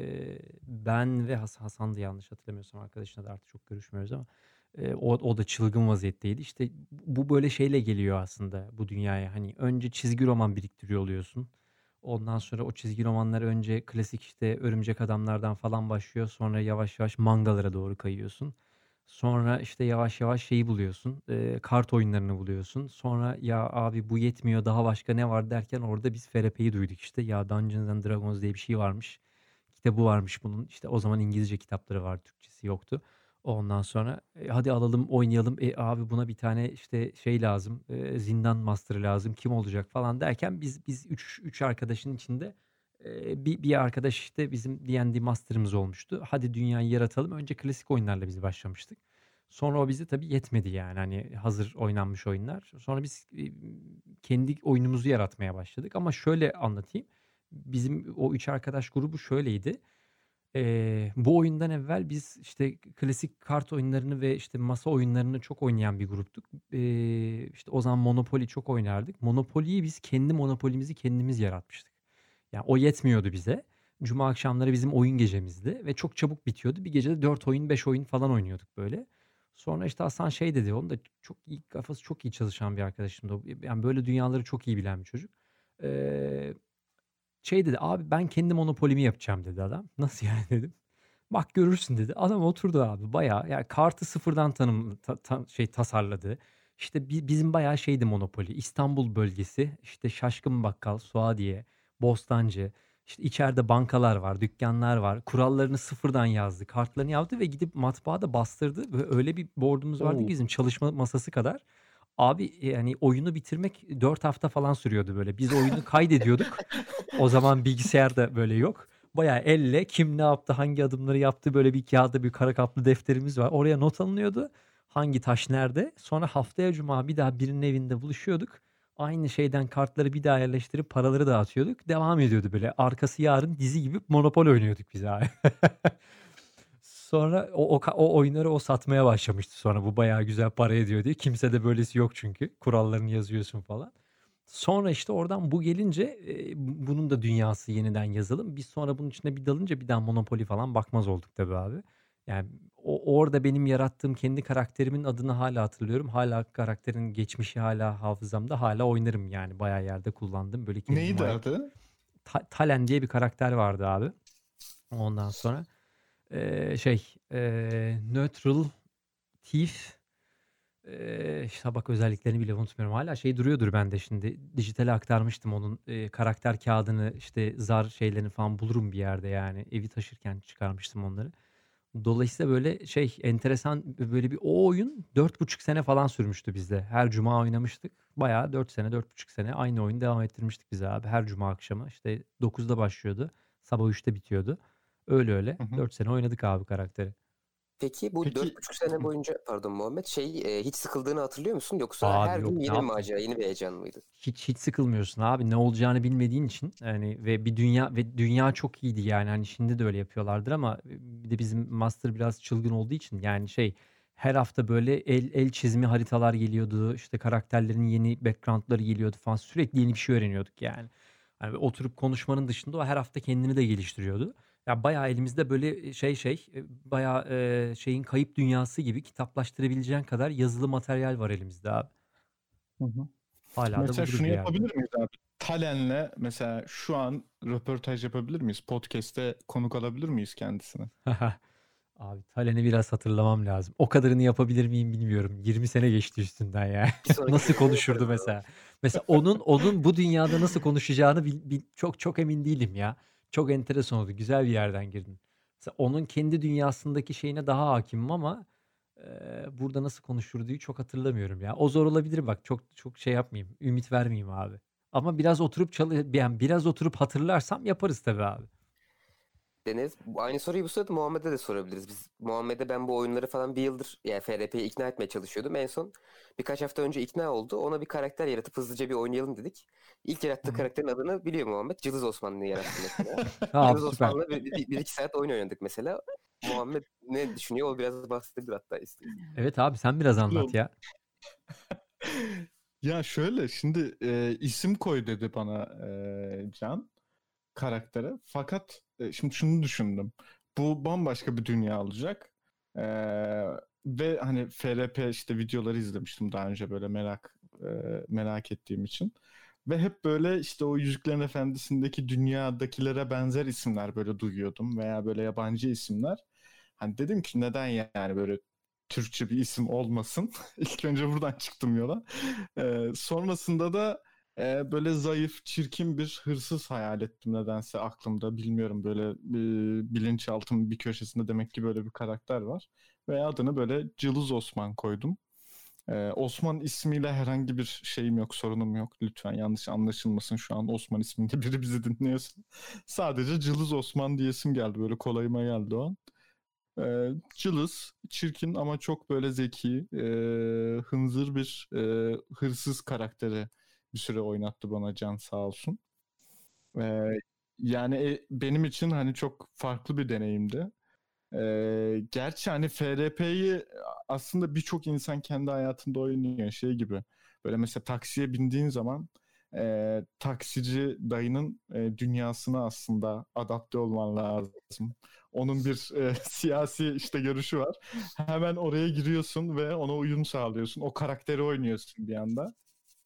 Ben ve Hasan'dı yanlış hatırlamıyorsam, arkadaşına da artık çok görüşmüyoruz ama o da çılgın vaziyetteydi. İşte bu böyle şeyle geliyor aslında bu dünyaya. Hani önce çizgi roman biriktiriyor oluyorsun. Ondan sonra o çizgi romanlar önce klasik işte Örümcek Adamlardan falan başlıyor. Sonra yavaş yavaş mangalara doğru kayıyorsun. Sonra işte yavaş yavaş şeyi buluyorsun. Kart oyunlarını buluyorsun. Sonra ya abi bu yetmiyor, daha başka ne var derken orada biz FRP'yi duyduk işte. Ya Dungeons and Dragons diye bir şey varmış. Kitabı varmış bunun. İşte o zaman İngilizce kitapları var, Türkçesi yoktu. Ondan sonra hadi alalım oynayalım. Abi buna bir tane işte şey lazım. Zindan Master'ı lazım. Kim olacak falan derken biz üç arkadaşın içinde bir arkadaş işte bizim D&D Master'ımız olmuştu. Hadi dünyayı yaratalım. Önce klasik oyunlarla biz başlamıştık. Sonra o bize tabii yetmedi yani. Hani hazır oynanmış oyunlar. Sonra biz kendi oyunumuzu yaratmaya başladık. Ama şöyle anlatayım. Bizim o 3 arkadaş grubu şöyleydi. Bu oyundan evvel biz işte klasik kart oyunlarını ve işte masa oyunlarını çok oynayan bir gruptuk. İşte o zaman Monopoly çok oynardık. Monopoly'yi biz kendi Monopoly'mizi kendimiz yaratmıştık. Yani o yetmiyordu bize. Cuma akşamları bizim oyun gecemizdi ve çok çabuk bitiyordu. Bir gecede 4 oyun 5 oyun falan oynuyorduk böyle. Sonra işte Hasan şey dedi. Onun da çok iyi, kafası çok iyi çalışan bir arkadaşımdı. Yani böyle dünyaları çok iyi bilen bir çocuk. Ee, Şey dedi, abi ben kendi monopolimi yapacağım dedi adam. Nasıl yani dedim. Bak görürsün dedi. Adam oturdu abi bayağı yani kartı sıfırdan tasarladı. İşte bizim bayağı şeydi Monopoly. İstanbul bölgesi, işte Şaşkın Bakkal, Suadiye, Bostancı, işte içeride bankalar var, dükkanlar var. Kurallarını sıfırdan yazdı, kartlarını yaptı ve gidip matbaada bastırdı. Ve öyle bir board'umuz vardı ki Oo. bizim çalışma masası kadar. Abi yani oyunu bitirmek 4 hafta falan sürüyordu böyle. Biz oyunu kaydediyorduk. O zaman bilgisayar da böyle yok. Bayağı elle kim ne yaptı, hangi adımları yaptı böyle bir kağıda bir kara kaplı defterimiz var. Oraya not alınıyordu. Hangi taş nerede? Sonra haftaya cuma bir daha birinin evinde buluşuyorduk. Aynı şeyden kartları bir daha yerleştirip paraları dağıtıyorduk. Devam ediyordu böyle. Arkası yarın dizi gibi Monopoly oynuyorduk biz abi. Sonra o oyunları o satmaya başlamıştı sonra. Bu bayağı güzel para ediyor diye. Kimse de böylesi yok çünkü. Kurallarını yazıyorsun falan. Sonra işte oradan bu gelince bunun da dünyası yeniden yazalım. Biz sonra bunun içine bir dalınca bir daha Monopoly falan bakmaz olduk tabii abi. Yani orada benim yarattığım kendi karakterimin adını hala hatırlıyorum. Hala karakterin geçmişi hala hafızamda. Hala oynarım yani. Bayağı yerde kullandım. Böyle kendime Neydi ait. adı? Talen diye bir karakter vardı abi. Ondan sonra Neutral Thief, işte bak özelliklerini bile unutmuyorum. Hala şey duruyordur bende şimdi. Dijitale aktarmıştım onun karakter kağıdını işte zar şeylerini falan bulurum bir yerde yani. Evi taşırken çıkarmıştım onları. Dolayısıyla böyle şey enteresan böyle bir o oyun 4,5 sene falan sürmüştü bizde. Her cuma oynamıştık. Bayağı 4 sene 4,5 sene aynı oyunu devam ettirmiştik biz abi. Her cuma akşamı işte 9'da başlıyordu. Sabah 3'te bitiyordu. Öyle öyle Hı hı. 4 sene oynadık abi karakteri. Peki bu Peki 4,5 sene boyunca pardon Muhammed hiç sıkıldığını hatırlıyor musun? Yoksa Abi her yok gün ne yeni bir yaptın? macera, yeni bir heyecan mıydı? Hiç sıkılmıyorsun abi ne olacağını bilmediğin için yani ve dünya çok iyiydi yani hani şimdi de öyle yapıyorlardır ama bir de bizim master biraz çılgın olduğu için yani şey her hafta böyle el çizimi haritalar geliyordu işte karakterlerin yeni backgroundları geliyordu falan sürekli yeni bir şey öğreniyorduk yani. Hani oturup konuşmanın dışında o her hafta kendini de geliştiriyordu. Ya bayağı elimizde böyle bayağı şeyin kayıp dünyası gibi kitaplaştırabileceğin kadar yazılı materyal var elimizde abi. Hı hı. Hala da Mesela buluruz şunu bir yerde. yapabilir miyiz abi? Talen'le mesela şu an röportaj yapabilir miyiz? Podcast'te konuk alabilir miyiz kendisini? Abi Talen'i biraz hatırlamam lazım. O kadarını yapabilir miyim bilmiyorum. 20 sene geçti üstünden ya. Bir sonraki Nasıl bölümde konuşurdu yaparız o zaman. mesela? Mesela onun bu dünyada nasıl konuşacağını çok emin değilim ya. Çok enteresan oldu. Güzel bir yerden girdin. Mesela onun kendi dünyasındaki şeyine daha hakimim ama burada nasıl konuşurduğu çok hatırlamıyorum ya. O zor olabilir bak. Çok şey yapmayayım. Ümit vermeyeyim abi. Ama biraz oturup yani biraz oturup hatırlarsam yaparız tabii abi. Deniz, aynı soruyu bu sırada Muhammed'e de sorabiliriz. Muhammed'e ben bu oyunları falan bir yıldır yani FRP'yi ikna etmeye çalışıyordum. En son birkaç hafta önce ikna oldu. Ona bir karakter yaratıp hızlıca bir oynayalım dedik. İlk Hı yarattığı hı. karakterin adını biliyor Muhammed. Cılız Osmanlı'yı yarattı mesela. Abi Cılız süper. Osman'la bir iki saat oyun oynadık mesela. Muhammed ne düşünüyor? O biraz bahsedebilir hatta istiyorsan. Evet abi sen biraz Güzel anlat oldu. ya. Ya şöyle şimdi isim koy dedi bana Can karaktere. Fakat şimdi şunu düşündüm. Bu bambaşka bir dünya olacak. E, Ve hani FRP işte videoları izlemiştim daha önce böyle merak ettiğim için. Ve hep böyle işte o Yüzüklerin Efendisi'ndeki dünyadakilere benzer isimler böyle duyuyordum veya böyle yabancı isimler. Hani dedim ki neden yani böyle Türkçe bir isim olmasın? İlk önce buradan çıktım yola. Sonrasında da böyle zayıf, çirkin bir hırsız hayal ettim nedense aklımda. Bilmiyorum böyle bilinçaltımın bir köşesinde demek ki böyle bir karakter var. Ve adını böyle Cılız Osman koydum. Osman ismiyle herhangi bir şeyim yok, sorunum yok. Lütfen yanlış anlaşılmasın şu an Osman isminde biri bizi dinliyorsa. Sadece Cılız Osman diyesim geldi. Böyle kolayıma geldi o an. Cılız, çirkin ama çok böyle zeki, hınzır bir hırsız karakteri bir süre oynattı bana Can sağ olsun. Ee, Yani benim için hani çok farklı bir deneyimdi. Gerçi hani FRP'yi aslında birçok insan kendi hayatında oynuyor şey gibi. Böyle mesela taksiye bindiğin zaman taksici dayının dünyasına aslında adapte olman lazım. Onun bir siyasi işte görüşü var. Hemen oraya giriyorsun ve ona uyum sağlıyorsun. O karakteri oynuyorsun bir anda.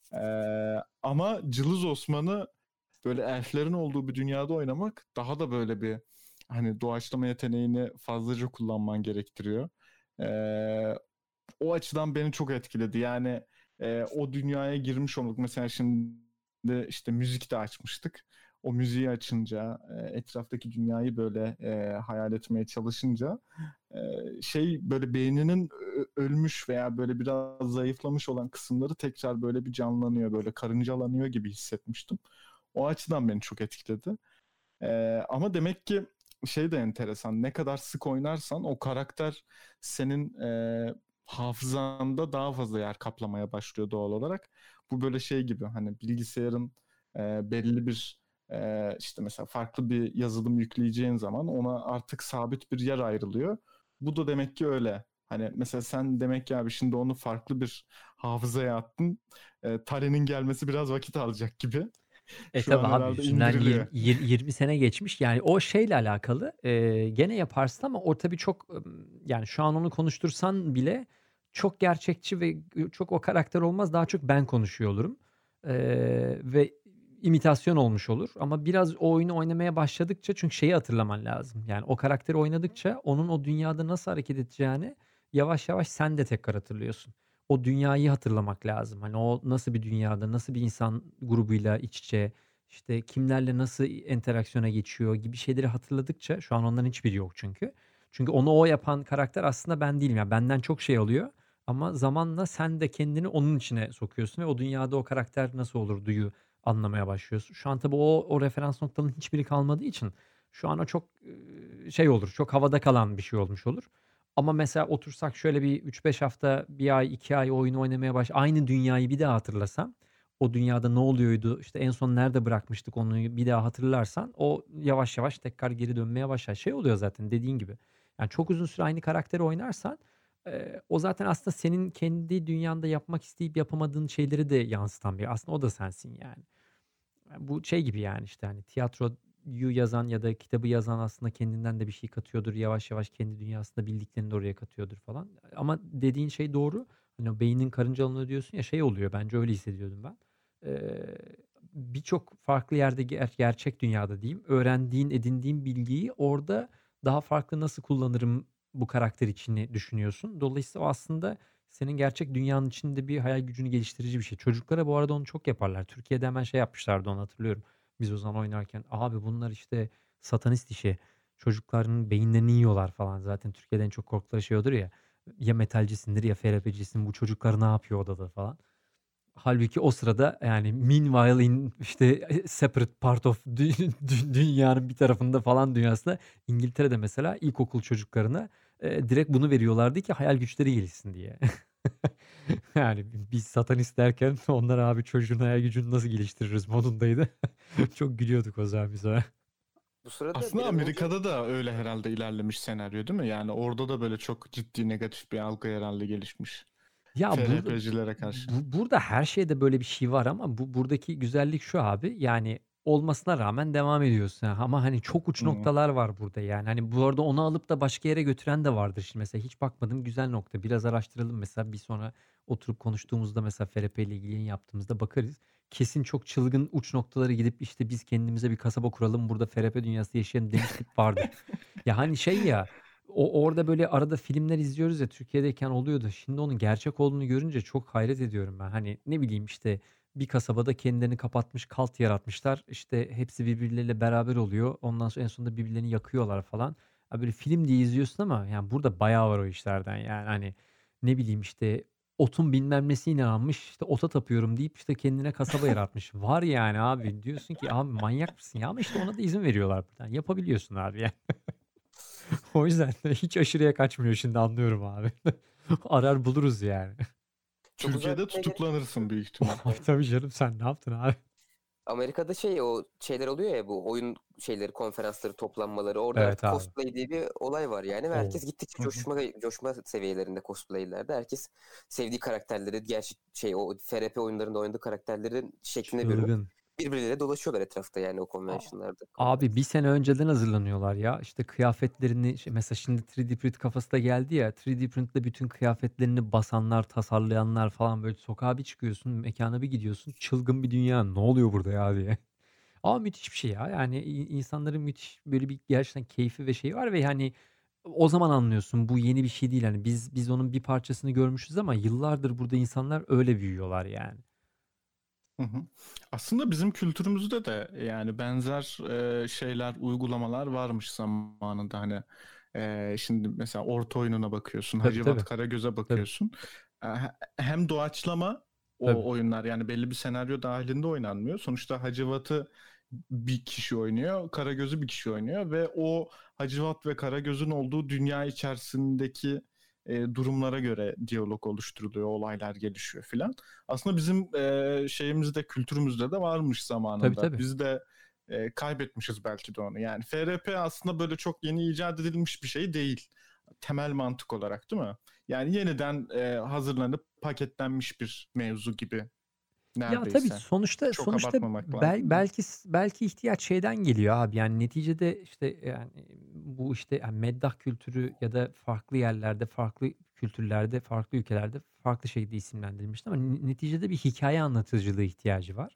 Ama Cılız Osman'ı böyle elflerin olduğu bir dünyada oynamak daha da böyle bir hani doğaçlama yeteneğini fazlaca kullanman gerektiriyor. Ee, O açıdan beni çok etkiledi. Yani o dünyaya girmiş olmak mesela şimdi işte müzik de açmıştık. O müziği açınca etraftaki dünyayı böyle hayal etmeye çalışınca şey böyle beyninin ölmüş veya böyle biraz zayıflamış olan kısımları tekrar böyle bir canlanıyor böyle karıncalanıyor gibi hissetmiştim. O açıdan beni çok etkiledi. Ama demek ki şey de enteresan. Ne kadar sık oynarsan o karakter senin hafızanda daha fazla yer kaplamaya başlıyor doğal olarak. Bu böyle şey gibi hani bilgisayarın belli bir işte mesela farklı bir yazılım yükleyeceğin zaman ona artık sabit bir yer ayrılıyor. Bu da demek ki öyle. Hani mesela sen demek ki abi şimdi onu farklı bir hafızaya attın. Tare'nin gelmesi biraz vakit alacak gibi. Şu Tabii an abi herhalde yüzünden indiriliyor. 20 sene geçmiş. Yani o şeyle alakalı, gene yaparsın ama o tabii çok, yani şu an onu konuştursan bile çok gerçekçi ve çok o karakter olmaz. Daha çok ben konuşuyor olurum, ve imitasyon olmuş olur ama biraz o oyunu oynamaya başladıkça çünkü şeyi hatırlaman lazım. Yani o karakteri oynadıkça onun o dünyada nasıl hareket edeceğini yavaş yavaş sen de tekrar hatırlıyorsun. O dünyayı hatırlamak lazım. Hani o nasıl bir dünyada, nasıl bir insan grubuyla iç içe, işte kimlerle nasıl interaksiyona geçiyor gibi şeyleri hatırladıkça şu an onların hiçbiri yok çünkü. Çünkü onu o yapan karakter aslında ben değilim. Yani benden çok şey alıyor ama zamanla sen de kendini onun içine sokuyorsun ve o dünyada o karakter nasıl olur duyu anlamaya başlıyorsun. Şu an tabii o referans noktanın hiçbiri kalmadığı için şu an o çok şey olur, çok havada kalan bir şey olmuş olur. Ama mesela otursak şöyle bir 3-5 hafta, bir ay, 2 ay oyunu oynamaya aynı dünyayı bir daha hatırlasam o dünyada ne oluyordu, işte en son nerede bırakmıştık onu bir daha hatırlarsan o yavaş yavaş tekrar geri dönmeye başlar. Şey oluyor zaten dediğin gibi. Yani çok uzun süre aynı karakteri oynarsan o zaten aslında senin kendi dünyanda yapmak isteyip yapamadığın şeyleri de yansıtan bir. Aslında o da sensin yani. Bu şey gibi yani işte hani tiyatroyu yazan ya da kitabı yazan aslında kendinden de bir şey katıyordur. Yavaş yavaş kendi dünyasında bildiklerini de oraya katıyordur falan. Ama dediğin şey doğru. Hani o beynin karıncalanıyor diyorsun ya şey oluyor bence öyle hissediyordum ben. Eee, Birçok farklı yerde gerçek dünyada diyeyim öğrendiğin edindiğin bilgiyi orada daha farklı nasıl kullanırım bu karakter içini düşünüyorsun. Dolayısıyla o aslında senin gerçek dünyanın içinde bir hayal gücünü geliştirici bir şey. Çocuklara bu arada onu çok yaparlar. Türkiye'de hemen şey yapmışlardı onu hatırlıyorum. Biz o zaman oynarken abi bunlar işte satanist işi. Çocukların beyinlerini yiyorlar falan. Zaten Türkiye'de en çok korktukları şey odur ya. Ya metalcisindir ya FRP'cisin bu çocuklar ne yapıyor odada falan. Halbuki o sırada yani meanwhile in işte separate part of dünyanın bir tarafında falan dünyasında İngiltere'de mesela ilkokul çocuklarına direkt bunu veriyorlardı ki hayal güçleri gelişsin diye. Yani biz satanist derken onlar abi çocuğun hayal gücünü nasıl geliştiririz modundaydı. Çok gülüyorduk o zaman biz ona. Bu sırada Aslında biraz önce Amerika'da da öyle herhalde ilerlemiş senaryo değil mi? Yani orada da böyle çok ciddi negatif bir algı herhalde gelişmiş. Ya burada FRP'cilere karşı. burada her şeyde böyle bir şey var ama buradaki güzellik şu abi, yani olmasına rağmen devam ediyorsun. Ama hani çok uç Hı. noktalar var burada yani. Hani bu arada onu alıp da başka yere götüren de vardır. Şimdi mesela hiç bakmadım, güzel nokta. Biraz araştıralım mesela, bir sonra oturup konuştuğumuzda mesela FRP ile ilgili yayın yaptığımızda bakarız. Kesin çok çılgın uç noktalara gidip işte biz kendimize bir kasaba kuralım, burada FRP dünyası yaşayalım demiş tip vardır. Ya hani şey ya, orada böyle arada filmler izliyoruz ya, Türkiye'deyken oluyordu. Şimdi onun gerçek olduğunu görünce çok hayret ediyorum ben. Hani ne bileyim işte bir kasabada kendilerini kapatmış kalt yaratmışlar. İşte hepsi birbirleriyle beraber oluyor. Ondan sonra en sonunda birbirlerini yakıyorlar falan. Ha böyle film diye izliyorsun ama yani burada bayağı var o işlerden. Yani hani ne bileyim işte otun bilmem nesine inanmış, işte ota tapıyorum deyip işte kendine kasaba yaratmış. Var yani abi, diyorsun ki abi manyak mısın ya, ama işte ona da izin veriyorlar buradan. Yapabiliyorsun abi yani. O yüzden de hiç aşırıya kaçmıyor, şimdi anlıyorum abi. Arar buluruz yani. Çok uzağa Türkiye'de gitmeye gerek yok. tutuklanırsın büyük ihtimal. Ay tabii canım, sen ne yaptın abi? Amerika'da o şeyler oluyor ya, bu oyun şeyleri, konferansları, toplanmaları. Orada Evet artık abi. cosplay diye bir olay var yani ve Oo. herkes gittikçe Hı hı. coşma seviyelerinde cosplaylerde. Herkes sevdiği karakterleri, gerçek o FRP oyunlarında oynadığı karakterlerin şeklini bürünüp Çılgın. birbirleriyle dolaşıyorlar etrafta yani o A- konvenşınlarda, Abi bir konferans. sene önceden hazırlanıyorlar ya. İşte kıyafetlerini mesela şimdi 3D print kafası da geldi ya. 3D printle bütün kıyafetlerini basanlar, tasarlayanlar falan, böyle sokağa bir çıkıyorsun, mekana bir gidiyorsun. Çılgın bir dünya. Ne oluyor burada ya diye. Ama müthiş bir şey ya. Yani insanların müthiş böyle bir gerçekten keyfi ve şeyi var ve hani o zaman anlıyorsun bu yeni bir şey değil. Hani biz onun bir parçasını görmüşüz ama yıllardır burada insanlar öyle büyüyorlar yani. Hı hı. Aslında bizim kültürümüzde de yani benzer şeyler, uygulamalar varmış zamanında. Hani şimdi mesela Orta Oyununa bakıyorsun, Tabii Hacivat tabii. Karagöz'e Tabii. bakıyorsun. Hem doğaçlama Tabii. o oyunlar, yani belli bir senaryo dahilinde oynanmıyor. Sonuçta Hacivat'ı bir kişi oynuyor, Karagöz'ü bir kişi oynuyor ve o Hacivat ve Karagöz'ün olduğu dünya içerisindeki durumlara göre diyalog oluşturuluyor, olaylar gelişiyor filan. Aslında bizim şeyimizde, kültürümüzde de varmış Tabii zamanında. tabii. Biz de kaybetmişiz belki de onu. Yani FRP aslında böyle çok yeni icat edilmiş bir şey değil. Temel mantık olarak, değil mi? Yani yeniden hazırlanıp paketlenmiş bir mevzu gibi Ya tabii neredeyse. sonuçta Çok sonuçta abartmamak lazım da. belki ihtiyaç şeyden geliyor abi. Yani neticede işte yani bu işte yani meddah kültürü ya da farklı yerlerde, farklı kültürlerde, farklı ülkelerde farklı şekilde isimlendirilmişti ama neticede bir hikaye anlatıcılığı ihtiyacı var.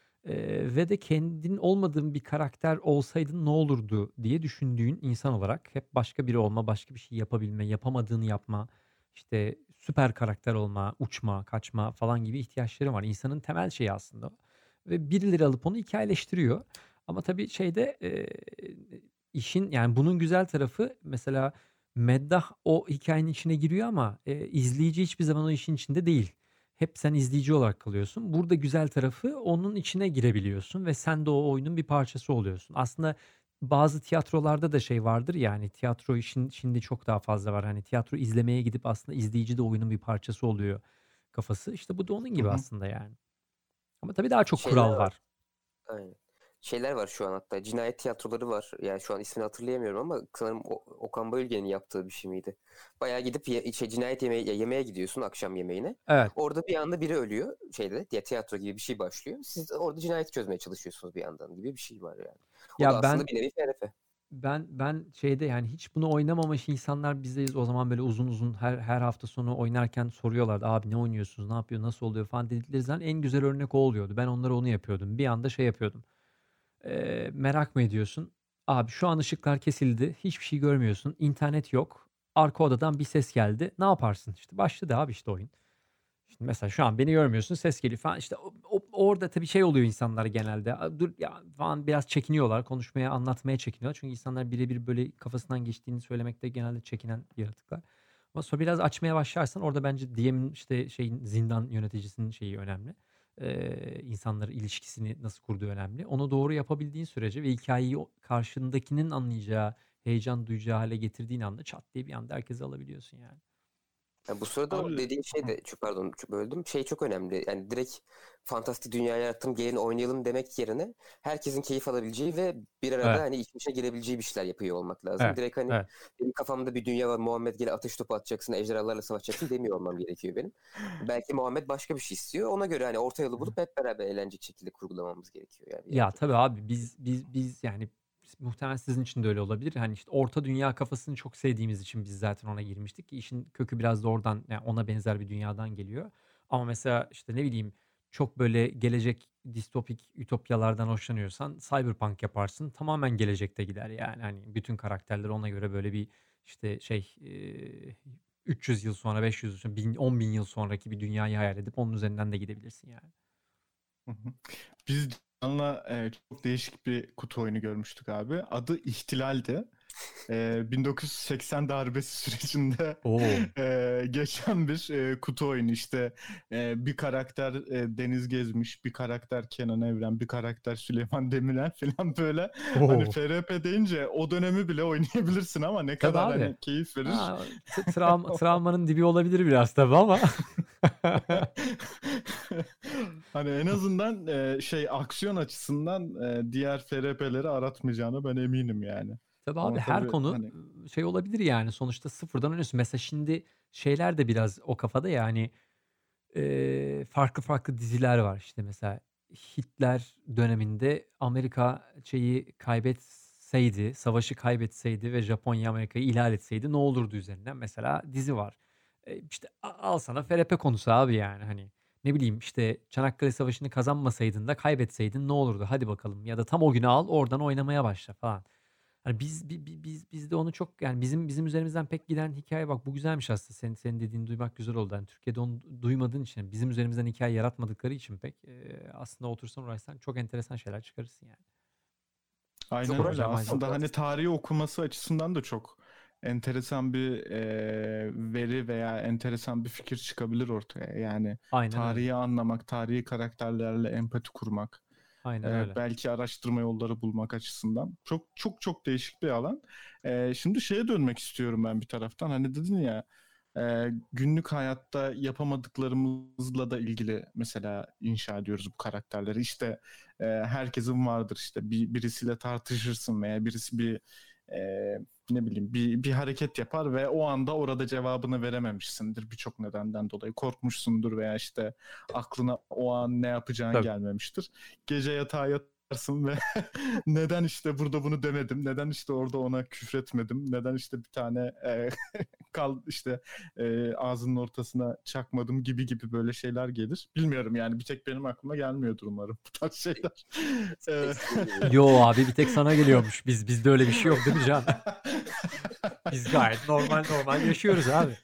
Ve de kendin olmadığın bir karakter olsaydın ne olurdu diye düşündüğün insan olarak hep başka biri olma, başka bir şey yapabilme, yapamadığını yapma, işte süper karakter olma, uçma, kaçma falan gibi ihtiyaçları var. İnsanın temel şeyi aslında o. Ve birileri alıp onu hikayeleştiriyor. Ama tabii şeyde işin yani bunun güzel tarafı mesela meddah o hikayenin içine giriyor ama izleyici hiçbir zaman o işin içinde değil. Hep sen izleyici olarak kalıyorsun. Burada güzel tarafı onun içine girebiliyorsun ve sen de o oyunun bir parçası oluyorsun. Aslında bazı tiyatrolarda da şey vardır ya, hani tiyatro işin şimdi çok daha fazla var. Hani tiyatro izlemeye gidip aslında izleyici de oyunun bir parçası oluyor kafası. İşte bu da onun Hı gibi hı. aslında yani. Ama tabii daha çok Şeyler kural var. var. Aynen. Şeyler var şu an hatta. Cinayet tiyatroları var. Yani şu an ismini hatırlayamıyorum ama sanırım Okan Bayülgen'in yaptığı bir şey miydi? Bayağı gidip cinayet yemeğe gidiyorsun, akşam yemeğine. Evet. Orada bir anda biri ölüyor. Diye tiyatro gibi bir şey başlıyor. Siz orada cinayeti çözmeye çalışıyorsunuz bir yandan gibi bir şey var yani. O da Ya aslında ben bir nevi FRP. ben şeyde yani hiç bunu oynamamış insanlar bizdeyiz. O zaman böyle uzun uzun her hafta sonu oynarken soruyorlardı. Abi ne oynuyorsunuz? Ne yapıyor? Nasıl oluyor falan dedikleri zaman en güzel örnek o oluyordu. Ben onlara onu yapıyordum. Bir anda şey yapıyordum. Merak mı ediyorsun? Abi şu an ışıklar kesildi. Hiçbir şey görmüyorsun. İnternet yok. Arka odadan bir ses geldi. Ne yaparsın? İşte başladı abi işte oyun. Şimdi mesela şu an beni görmüyorsun, ses geliyor falan. İşte orada tabii şey oluyor insanlar genelde. Dur ya falan, biraz çekiniyorlar. Konuşmaya, anlatmaya çekiniyorlar. Çünkü insanlar birebir böyle kafasından geçtiğini söylemekte genelde çekinen yaratıklar. Ama sonra biraz açmaya başlarsan orada bence DM'in işte şeyin, zindan yöneticisinin şeyi önemli. İnsanların ilişkisini nasıl kurduğu önemli. Onu doğru yapabildiğin sürece ve hikayeyi karşındakinin anlayacağı, heyecan duyacağı hale getirdiğin anda çat diye bir anda herkese alabiliyorsun yani. Yani bu sırada o Abi dediğin şey de pardon böldüm. Şey çok önemli. Yani direkt fantastik dünya yarattım gelin oynayalım demek yerine herkesin keyif alabileceği ve bir arada Evet. hani iç içe girebileceği bir şeyler yapıyor olmak lazım. Evet. Direkt hani Evet. benim kafamda bir dünya var. Muhammed gel ateş topu atacaksın, ejderhalarla savaşacaksın demiyor olmam gerekiyor benim. Belki Muhammed başka bir şey istiyor. Ona göre hani orta yolu bulup hep beraber eğlenecek şekilde kurgulamamız gerekiyor yani bir Ya yerde. tabii abi biz yani muhtemelen sizin için de öyle olabilir. Hani işte orta dünya kafasını çok sevdiğimiz için biz zaten ona girmiştik ki işin kökü biraz da oradan yani ona benzer bir dünyadan geliyor. Ama mesela işte ne bileyim çok böyle gelecek distopik ütopyalardan hoşlanıyorsan Cyberpunk yaparsın. Tamamen gelecekte gider yani. Hani bütün karakterler ona göre böyle bir işte 300 yıl sonra 500 yıl sonra 10 bin yıl sonraki bir dünyayı hayal edip onun üzerinden de gidebilirsin yani. Hı hı. Biz Can'la çok değişik bir kutu oyunu görmüştük abi. Adı İhtilal'di. 1980 darbesi sürecinde Oo. geçen bir kutu oyunu işte. Bir karakter Deniz Gezmiş, bir karakter Kenan Evren, bir karakter Süleyman Demirel falan böyle. Hani Oo. FRP deyince o dönemi bile oynayabilirsin ama ne Tabii kadar abi. hani keyif verir. Ha, travmanın dibi olabilir biraz tabii ama. Hani en azından aksiyon açısından diğer FRP'leri aratmayacağına ben eminim yani. Tabii abi Ama her tabii konu hani şey olabilir yani sonuçta sıfırdan oynuyorsun. Mesela şimdi şeyler de biraz o kafada yani farklı farklı diziler var işte mesela Hitler döneminde Amerika şeyi kaybetseydi, savaşı kaybetseydi ve Japonya Amerika'yı ihlal etseydi ne olurdu üzerinden mesela dizi var. İşte al sana FRP konusu abi yani hani ne bileyim işte Çanakkale Savaşı'nı kazanmasaydın da kaybetseydin ne olurdu? Hadi bakalım ya da tam o günü al oradan oynamaya başla falan. Hani biz de onu çok yani bizim üzerimizden pek giden hikaye bak bu güzelmiş aslında. Senin dediğini duymak güzel oldu. Yani Türkiye'de onu duymadığın için, bizim üzerimizden hikaye yaratmadıkları için pek, aslında otursan uğraşsan çok enteresan şeyler çıkarırsın yani. Çok aynen öyle. Güzel uğraştık. malzeme. Aslında hani tarihi okuması açısından da çok enteresan bir veri veya enteresan bir fikir çıkabilir ortaya. Yani Aynen öyle. tarihi anlamak, tarihi karakterlerle empati kurmak, Aynen öyle. belki araştırma yolları bulmak açısından çok çok çok değişik bir alan. Şimdi şeye dönmek istiyorum ben bir taraftan. Hani dedin ya günlük hayatta yapamadıklarımızla da ilgili mesela inşa ediyoruz bu karakterleri. İşte herkesin vardır işte birisiyle tartışırsın veya birisi bir e, ne bileyim bir hareket yapar ve o anda orada cevabını verememişsindir birçok nedenden dolayı korkmuşsundur veya işte aklına o an ne yapacağın Tabii. gelmemiştir. Gece yatağa yatarsın ve neden işte burada bunu demedim, neden işte orada ona küfretmedim, neden işte bir tane işte ağzının ortasına çakmadım gibi gibi böyle şeyler gelir. Bilmiyorum yani bir tek benim aklıma gelmiyordur umarım bu tarz şeyler. Tek senin gibi yani. Yo abi bir tek sana geliyormuş. Bizde öyle bir şey yok değil mi Can? Biz gayet normal yaşıyoruz abi.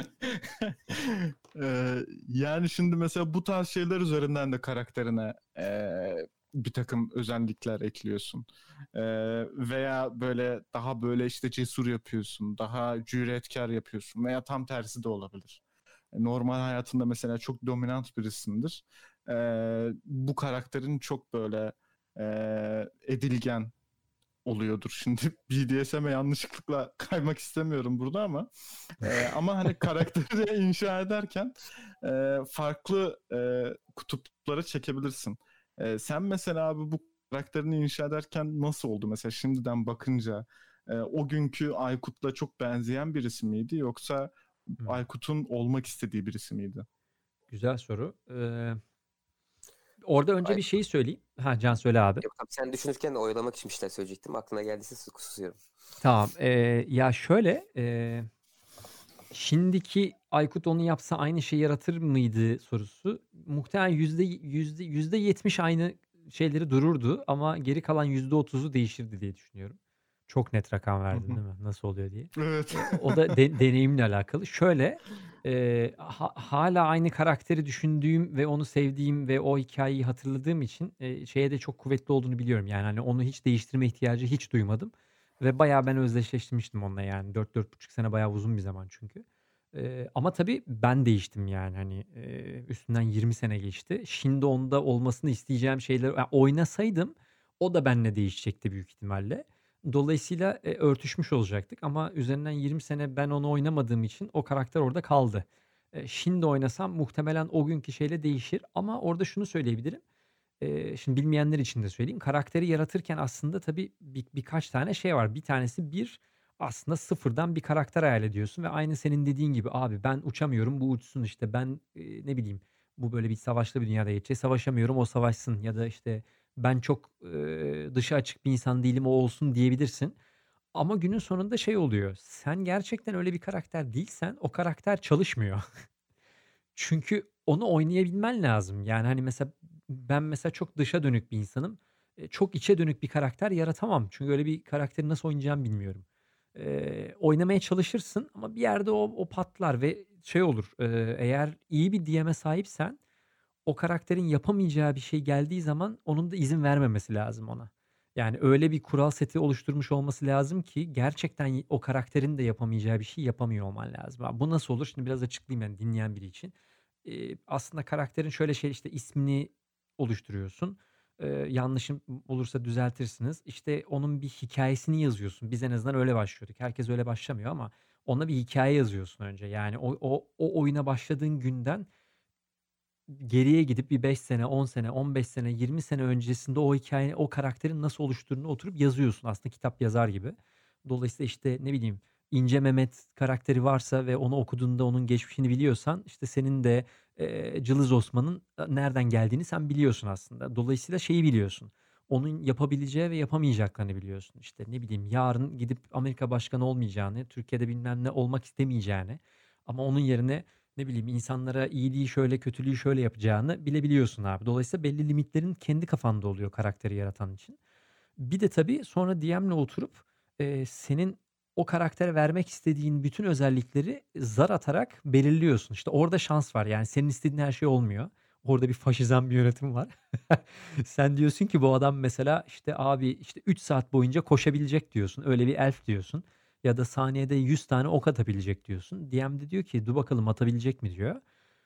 Yani şimdi mesela bu tarz şeyler üzerinden de karakterine bir takım özellikler ekliyorsun. Ee, Veya böyle daha böyle işte cesur yapıyorsun, daha cüretkar yapıyorsun veya tam tersi de olabilir. Normal hayatında mesela çok dominant birisindir. Bu karakterin çok böyle edilgen oluyordur. Şimdi BDSM'e yanlışlıkla kaymak istemiyorum burada ama hani karakteri inşa ederken farklı kutuplara çekebilirsin. Sen mesela abi bu karakterini inşa ederken nasıl oldu? Mesela şimdiden bakınca o günkü Aykut'la çok benzeyen birisi miydi yoksa Hımm. Aykut'un olmak istediği birisi miydi? Güzel soru. Orada önce bir şeyi söyleyeyim. Ha, Can söyle abi. Yok tabii sen düşünürken de oyalamak için bir şeyler söyleyecektim. Aklına geldiyse susuyorum. Tamam. Ya şöyle, şimdiki Aykut onu yapsa aynı şeyi yaratır mıydı sorusu muhtemelen %70 aynı şeyleri dururdu ama geri kalan %30'u değişirdi diye düşünüyorum. Çok net rakam Hı verdin hı. değil mi? Nasıl oluyor diye. Evet. O da deneyimle alakalı. Şöyle, hâlâ aynı karakteri düşündüğüm ve onu sevdiğim ve o hikâyeyi hatırladığım için, şeye de çok kuvvetli olduğunu biliyorum. Yani, hani, onu hiç değiştirme ihtiyacı hiç duymadım ve bayağı ben özdeşleştirmiştim onunla yani. 4-4,5 sene bayağı uzun bir zaman çünkü. Ama tabii ben değiştim yani, hani, üstünden 20 sene geçti. Şimdi onda olmasını isteyeceğim şeyleri oynasaydım o da benimle değişecekti büyük ihtimalle. Dolayısıyla örtüşmüş olacaktık ama üzerinden 20 sene ben onu oynamadığım için o karakter orada kaldı. Şimdi oynasam muhtemelen o günkü şeyle değişir ama orada şunu söyleyebilirim. Şimdi bilmeyenler için de söyleyeyim. Karakteri yaratırken aslında tabii birkaç tane şey var. Bir tanesi aslında sıfırdan bir karakter hayal ediyorsun ve aynı senin dediğin gibi abi ben uçamıyorum bu uçsun işte ben ne bileyim bu böyle bir savaşlı bir dünyada geçecek savaşamıyorum o savaşsın ya da işte ben çok dışı açık bir insan değilim o olsun diyebilirsin. Ama günün sonunda şey oluyor. Sen gerçekten öyle bir karakter değilsen o karakter çalışmıyor. Çünkü onu oynayabilmen lazım. Yani, hani, mesela ben mesela çok dışa dönük bir insanım. Çok içe dönük bir karakter yaratamam. Çünkü öyle bir karakteri nasıl oynayacağımı bilmiyorum. Oynamaya çalışırsın ama bir yerde o patlar ve şey olur, eğer iyi bir DM'e sahipsen o karakterin yapamayacağı bir şey geldiği zaman onun da izin vermemesi lazım ona. Yani öyle bir kural seti oluşturmuş olması lazım ki gerçekten o karakterin de yapamayacağı bir şey yapamıyor olman lazım. Bu nasıl olur? Şimdi biraz açıklayayım yani dinleyen biri için. Aslında karakterin şöyle şey işte ismini oluşturuyorsun. Yanlışım olursa düzeltirsiniz. İşte onun bir hikayesini yazıyorsun. Biz en azından öyle başlıyorduk. Herkes öyle başlamıyor ama ona bir hikaye yazıyorsun önce. Yani o oyuna başladığın günden geriye gidip bir 5 sene, 10 sene, 15 sene, 20 sene öncesinde o hikâyenin, o karakterin nasıl oluştuğunu oturup yazıyorsun aslında kitap yazar gibi. Dolayısıyla, işte, ne bileyim, İnce Mehmet karakteri varsa ve onu okuduğunda onun geçmişini biliyorsan, işte, senin de, Cılız Osman'ın nereden geldiğini sen biliyorsun aslında. Dolayısıyla şeyi biliyorsun, onun yapabileceği ve yapamayacaklarını biliyorsun. İşte, ne bileyim, yarın gidip Amerika başkanı olmayacağını, Türkiye'de bilmem ne olmak istemeyeceğini ama onun yerine ne bileyim insanlara iyiliği şöyle, kötülüğü şöyle yapacağını bilebiliyorsun abi. Dolayısıyla belli limitlerin kendi kafanda oluyor karakteri yaratan için. Bir de tabii sonra DM'le oturup, senin o karaktere vermek istediğin bütün özellikleri zar atarak belirliyorsun. İşte orada şans var. Yani senin istediğin her şey olmuyor. Orada bir faşizan bir yönetim var. Sen diyorsun ki bu adam mesela işte abi işte 3 saat boyunca koşabilecek diyorsun. Öyle bir elf diyorsun. Ya da saniyede 100 tane ok atabilecek diyorsun. DM de diyor ki dur bakalım atabilecek mi diyor.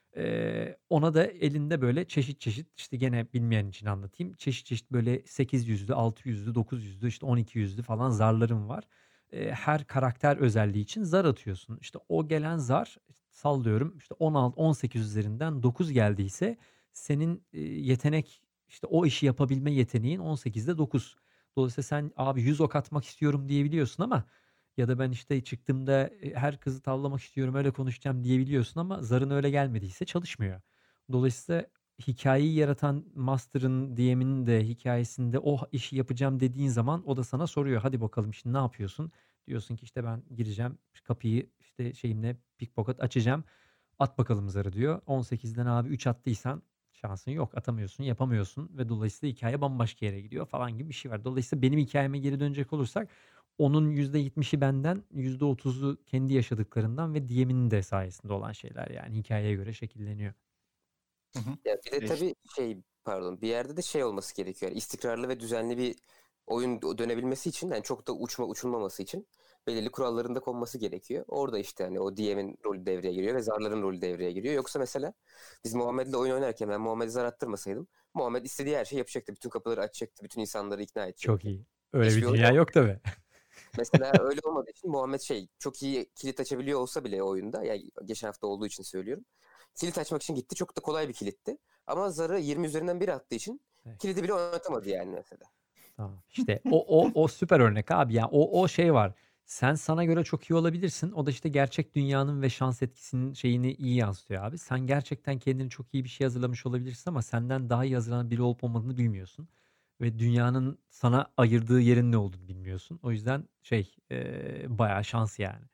Ona da elinde böyle çeşit çeşit işte gene bilmeyen için anlatayım. Çeşit çeşit böyle 800'lü, 600'lü, 900'lü işte 1200'lü falan zarlarım var. Her karakter özelliği için zar atıyorsun. İşte o gelen zar sallıyorum işte 16, 18 üzerinden 9 geldiyse senin yetenek işte o işi yapabilme yeteneğin 18'de 9. Dolayısıyla sen abi 100 ok atmak istiyorum diyebiliyorsun ama ya da ben işte çıktığımda her kızı tavlamak istiyorum, öyle konuşacağım diyebiliyorsun ama zarın öyle gelmediyse çalışmıyor. Dolayısıyla hikayeyi yaratan master'ın, DM'inin de hikayesinde o işi yapacağım dediğin zaman o da sana soruyor. Hadi bakalım şimdi ne yapıyorsun? Diyorsun ki işte ben gireceğim kapıyı işte şeyimle pickpocket açacağım. At bakalım zarı diyor. 18'den abi 3 attıysan şansın yok. Atamıyorsun, yapamıyorsun ve dolayısıyla hikaye bambaşka yere gidiyor falan gibi bir şey var. Dolayısıyla benim hikayeme geri dönecek olursak onun %70'i benden, %30'u kendi yaşadıklarından ve DM'inin de sayesinde olan şeyler yani hikâyeye göre şekilleniyor. Hı hı. Ya bir de Değiş tabii pardon bir yerde de şey olması gerekiyor. Yani istikrarlı ve düzenli bir oyun dönebilmesi için yani çok da uçulmaması için belirli kuralların da konması gerekiyor. Orada işte hani o DM'in rolü devreye giriyor ve zarların rolü devreye giriyor. Yoksa mesela biz Muhammed'le oyun oynarken ben Muhammed'e zar attırmasaydım Muhammed istediği her şeyi yapacaktı. Bütün kapıları açacaktı. Bütün insanları ikna Çok edecekti. iyi. Öyle bir Hiçbir oyun dünya yok tabii. Mesela öyle olmadığı için Muhammed çok iyi kilit açabiliyor olsa bile oyunda, yani geçen hafta olduğu için söylüyorum. Kilit açmak için gitti. Çok da kolay bir kilitti. Ama zarı 20 üzerinden 1 attığı için Evet. kilidi bile oynatamadı yani mesela. Tamam. İşte o süper örnek abi. Yani o şey var. Sen sana göre çok iyi olabilirsin. O da işte gerçek dünyanın ve şans etkisinin şeyini iyi yansıtıyor abi. Sen gerçekten kendini çok iyi bir şey hazırlamış olabilirsin ama senden daha iyi hazırlanan biri olup olmadığını bilmiyorsun. Ve dünyanın sana ayırdığı yerin ne olduğunu bilmiyorsun. O yüzden bayağı şans yani.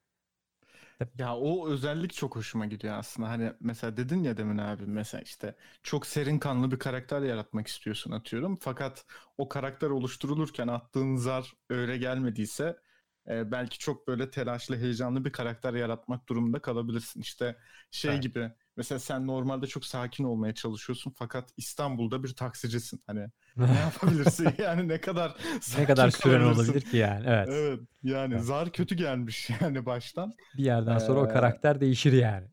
Tabii. Ya o özellik çok hoşuma gidiyor aslında. Hani mesela dedin ya demin abi mesela işte çok serin kanlı bir karakter yaratmak istiyorsun atıyorum. Fakat o karakter oluşturulurken attığın zar öyle gelmediyse belki çok böyle telaşlı, heyecanlı bir karakter yaratmak durumunda kalabilirsin. İşte şey Evet. gibi mesela sen normalde çok sakin olmaya çalışıyorsun fakat İstanbul'da bir taksicisin. Hani ne yapabilirsin? Yani ne kadar Ne kadar sakin süren kalabilirsin? olabilir ki yani? Evet. Evet yani Evet. zar kötü gelmiş yani baştan. Bir yerden sonra o Ee, karakter değişir yani.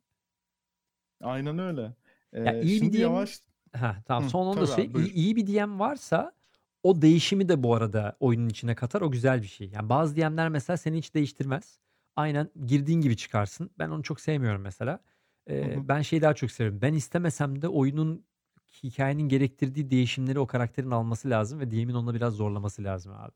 aynen öyle. Ya iyi bir Şimdi DM yavaş... tamam Hı, son onu da tabii söyleyeyim. abi buyur. İyi bir DM varsa O değişimi de bu arada oyunun içine katar. O güzel bir şey. Yani bazı DM'ler mesela seni hiç değiştirmez. Aynen girdiğin gibi çıkarsın. Ben onu çok sevmiyorum mesela. Hı hı. Ben şeyi daha çok seviyorum. Ben istemesem de oyunun hikayenin gerektirdiği değişimleri o karakterin alması lazım ve DM'in onunla biraz zorlaması lazım abi.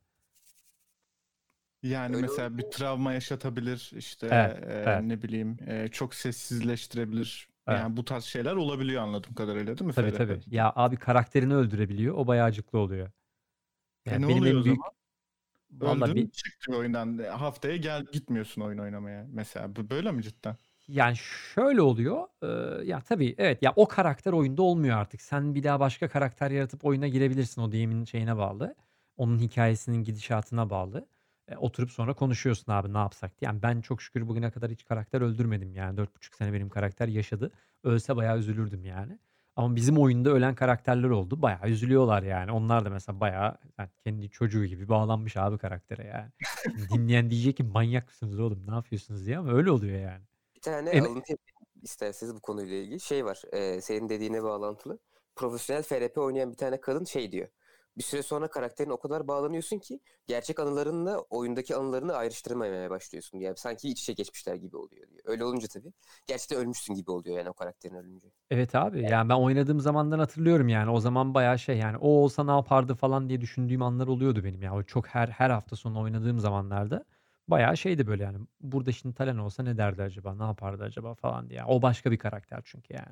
Yani Öyle mesela bir olunca travma yaşatabilir, işte Evet, evet, ne bileyim çok sessizleştirebilir. evet. Yani bu tarz şeyler olabiliyor anladığım kadarıyla, değil mi Tabii FRP? tabii. Ya abi karakterini öldürebiliyor. O bayağı acıklı oluyor. Ne Yani benim oluyor o en zaman? büyük valla Öldün, bir çıktı oyundan. Haftaya gitmiyorsun oyun oynamaya mesela. Bu böyle mi cidden? yani şöyle oluyor. Ya tabii evet ya o karakter oyunda olmuyor artık. Sen bir daha başka karakter yaratıp oyuna girebilirsin. O DM'in şeyine bağlı. Onun hikayesinin gidişatına bağlı. Oturup sonra konuşuyorsun abi ne yapsak diye. Yani ben çok şükür bugüne kadar hiç karakter öldürmedim yani. 4,5 sene benim karakter yaşadı. Ölse bayağı üzülürdüm yani. Ama bizim oyunda ölen karakterler oldu. Bayağı üzülüyorlar yani. Onlar da mesela bayağı yani kendi çocuğu gibi bağlanmış abi karaktere yani. Şimdi dinleyen diyecek ki manyak mısınız oğlum ne yapıyorsunuz diye ama öyle oluyor yani. bir tane alıntı yapayım isterseniz bu konuyla ilgili. Şey var, senin dediğine bağlantılı. Profesyonel FRP oynayan bir tane kadın şey diyor. Bir süre sonra karakterine o kadar bağlanıyorsun ki gerçek anılarınla oyundaki anılarını ayrıştırmamaya başlıyorsun. Yani sanki iç içe geçmişler gibi oluyor diyor. Öyle olunca tabii gerçekten ölmüşsün gibi oluyor yani o karakterin ölünce. Evet abi yani ben oynadığım zamandan hatırlıyorum yani o zaman bayağı şey yani o olsa ne yapardı falan diye düşündüğüm anlar oluyordu benim ya. O çok her hafta sonu oynadığım zamanlarda bayağı şeydi böyle yani burada şimdi Talen olsa ne derdi acaba ne yapardı acaba falan diye. O başka bir karakter çünkü yani.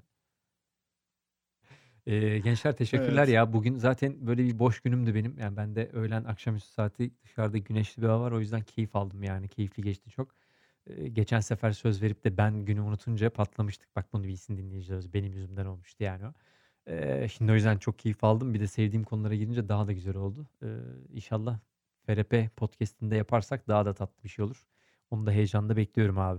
Gençler teşekkürler Evet. ya. Bugün zaten böyle bir boş günümdü benim. Yani ben de öğlen akşamüstü saati dışarıda güneşli bir hava var. O yüzden keyif aldım yani. Keyifli geçti çok. Geçen sefer söz verip de ben günü unutunca patlamıştık. Bak bunu bilsin dinleyicilerimiz. Benim yüzümden olmuştu yani o. Şimdi o yüzden çok keyif aldım. Bir de sevdiğim konulara girince daha da güzel oldu. İnşallah FRP podcast'inde yaparsak daha da tatlı bir şey olur. Onu da heyecanla bekliyorum abi.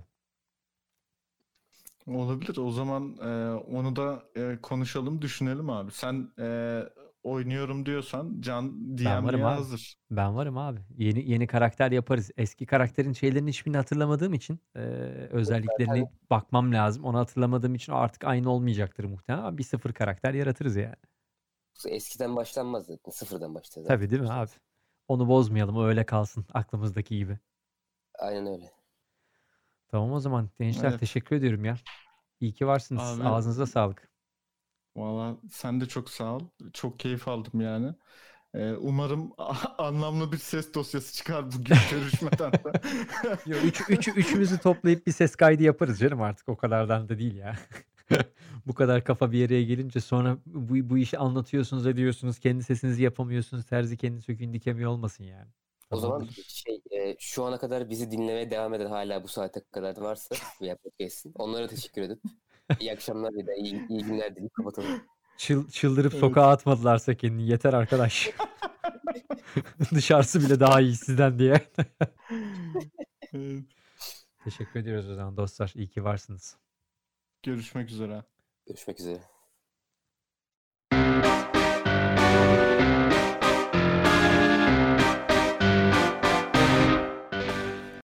Olabilir. O zaman onu da konuşalım, düşünelim abi. Sen oynuyorum diyorsan Can Ben varım DM'liğe abi. hazır. Ben varım abi. Yeni karakter yaparız. Eski karakterin şeylerini hiçbirini hatırlamadığım için özelliklerini bakmam lazım. Onu hatırlamadığım için o artık aynı olmayacaktır muhtemelen. Ama bir sıfır karakter yaratırız yani. Eskiden başlanmaz zaten. Sıfırdan başlar Tabii zaten. değil mi abi? Onu bozmayalım. O öyle kalsın aklımızdaki gibi. Aynen öyle. Tamam o zaman gençler Evet. teşekkür ediyorum ya. İyi ki varsınız. Abi Ağzınıza sağlık. valla sen de çok sağ ol. Çok keyif aldım yani. Umarım anlamlı bir ses dosyası çıkar bu görüşmeden de. Yo, üçümüzü toplayıp bir ses kaydı yaparız canım artık o kadardan da değil ya. Bu kadar kafa bir yere gelince sonra bu işi anlatıyorsunuz ediyorsunuz kendi sesinizi yapamıyorsunuz terzi kendi söküğünü dikemiyor olmasın yani. O zaman Olabilir. şu ana kadar bizi dinlemeye devam eden hala bu saate kadar varsa veya podcast'in onlara teşekkür edip iyi akşamlar ya da iyi günler dileyip kapatalım. Çıldırıp Evet. sokağa atmadılarsa kendini yeter arkadaş. Dışarısı bile daha iyi sizden diye. Evet. Teşekkür ediyoruz o zaman dostlar. İyi ki varsınız. Görüşmek üzere. Görüşmek üzere.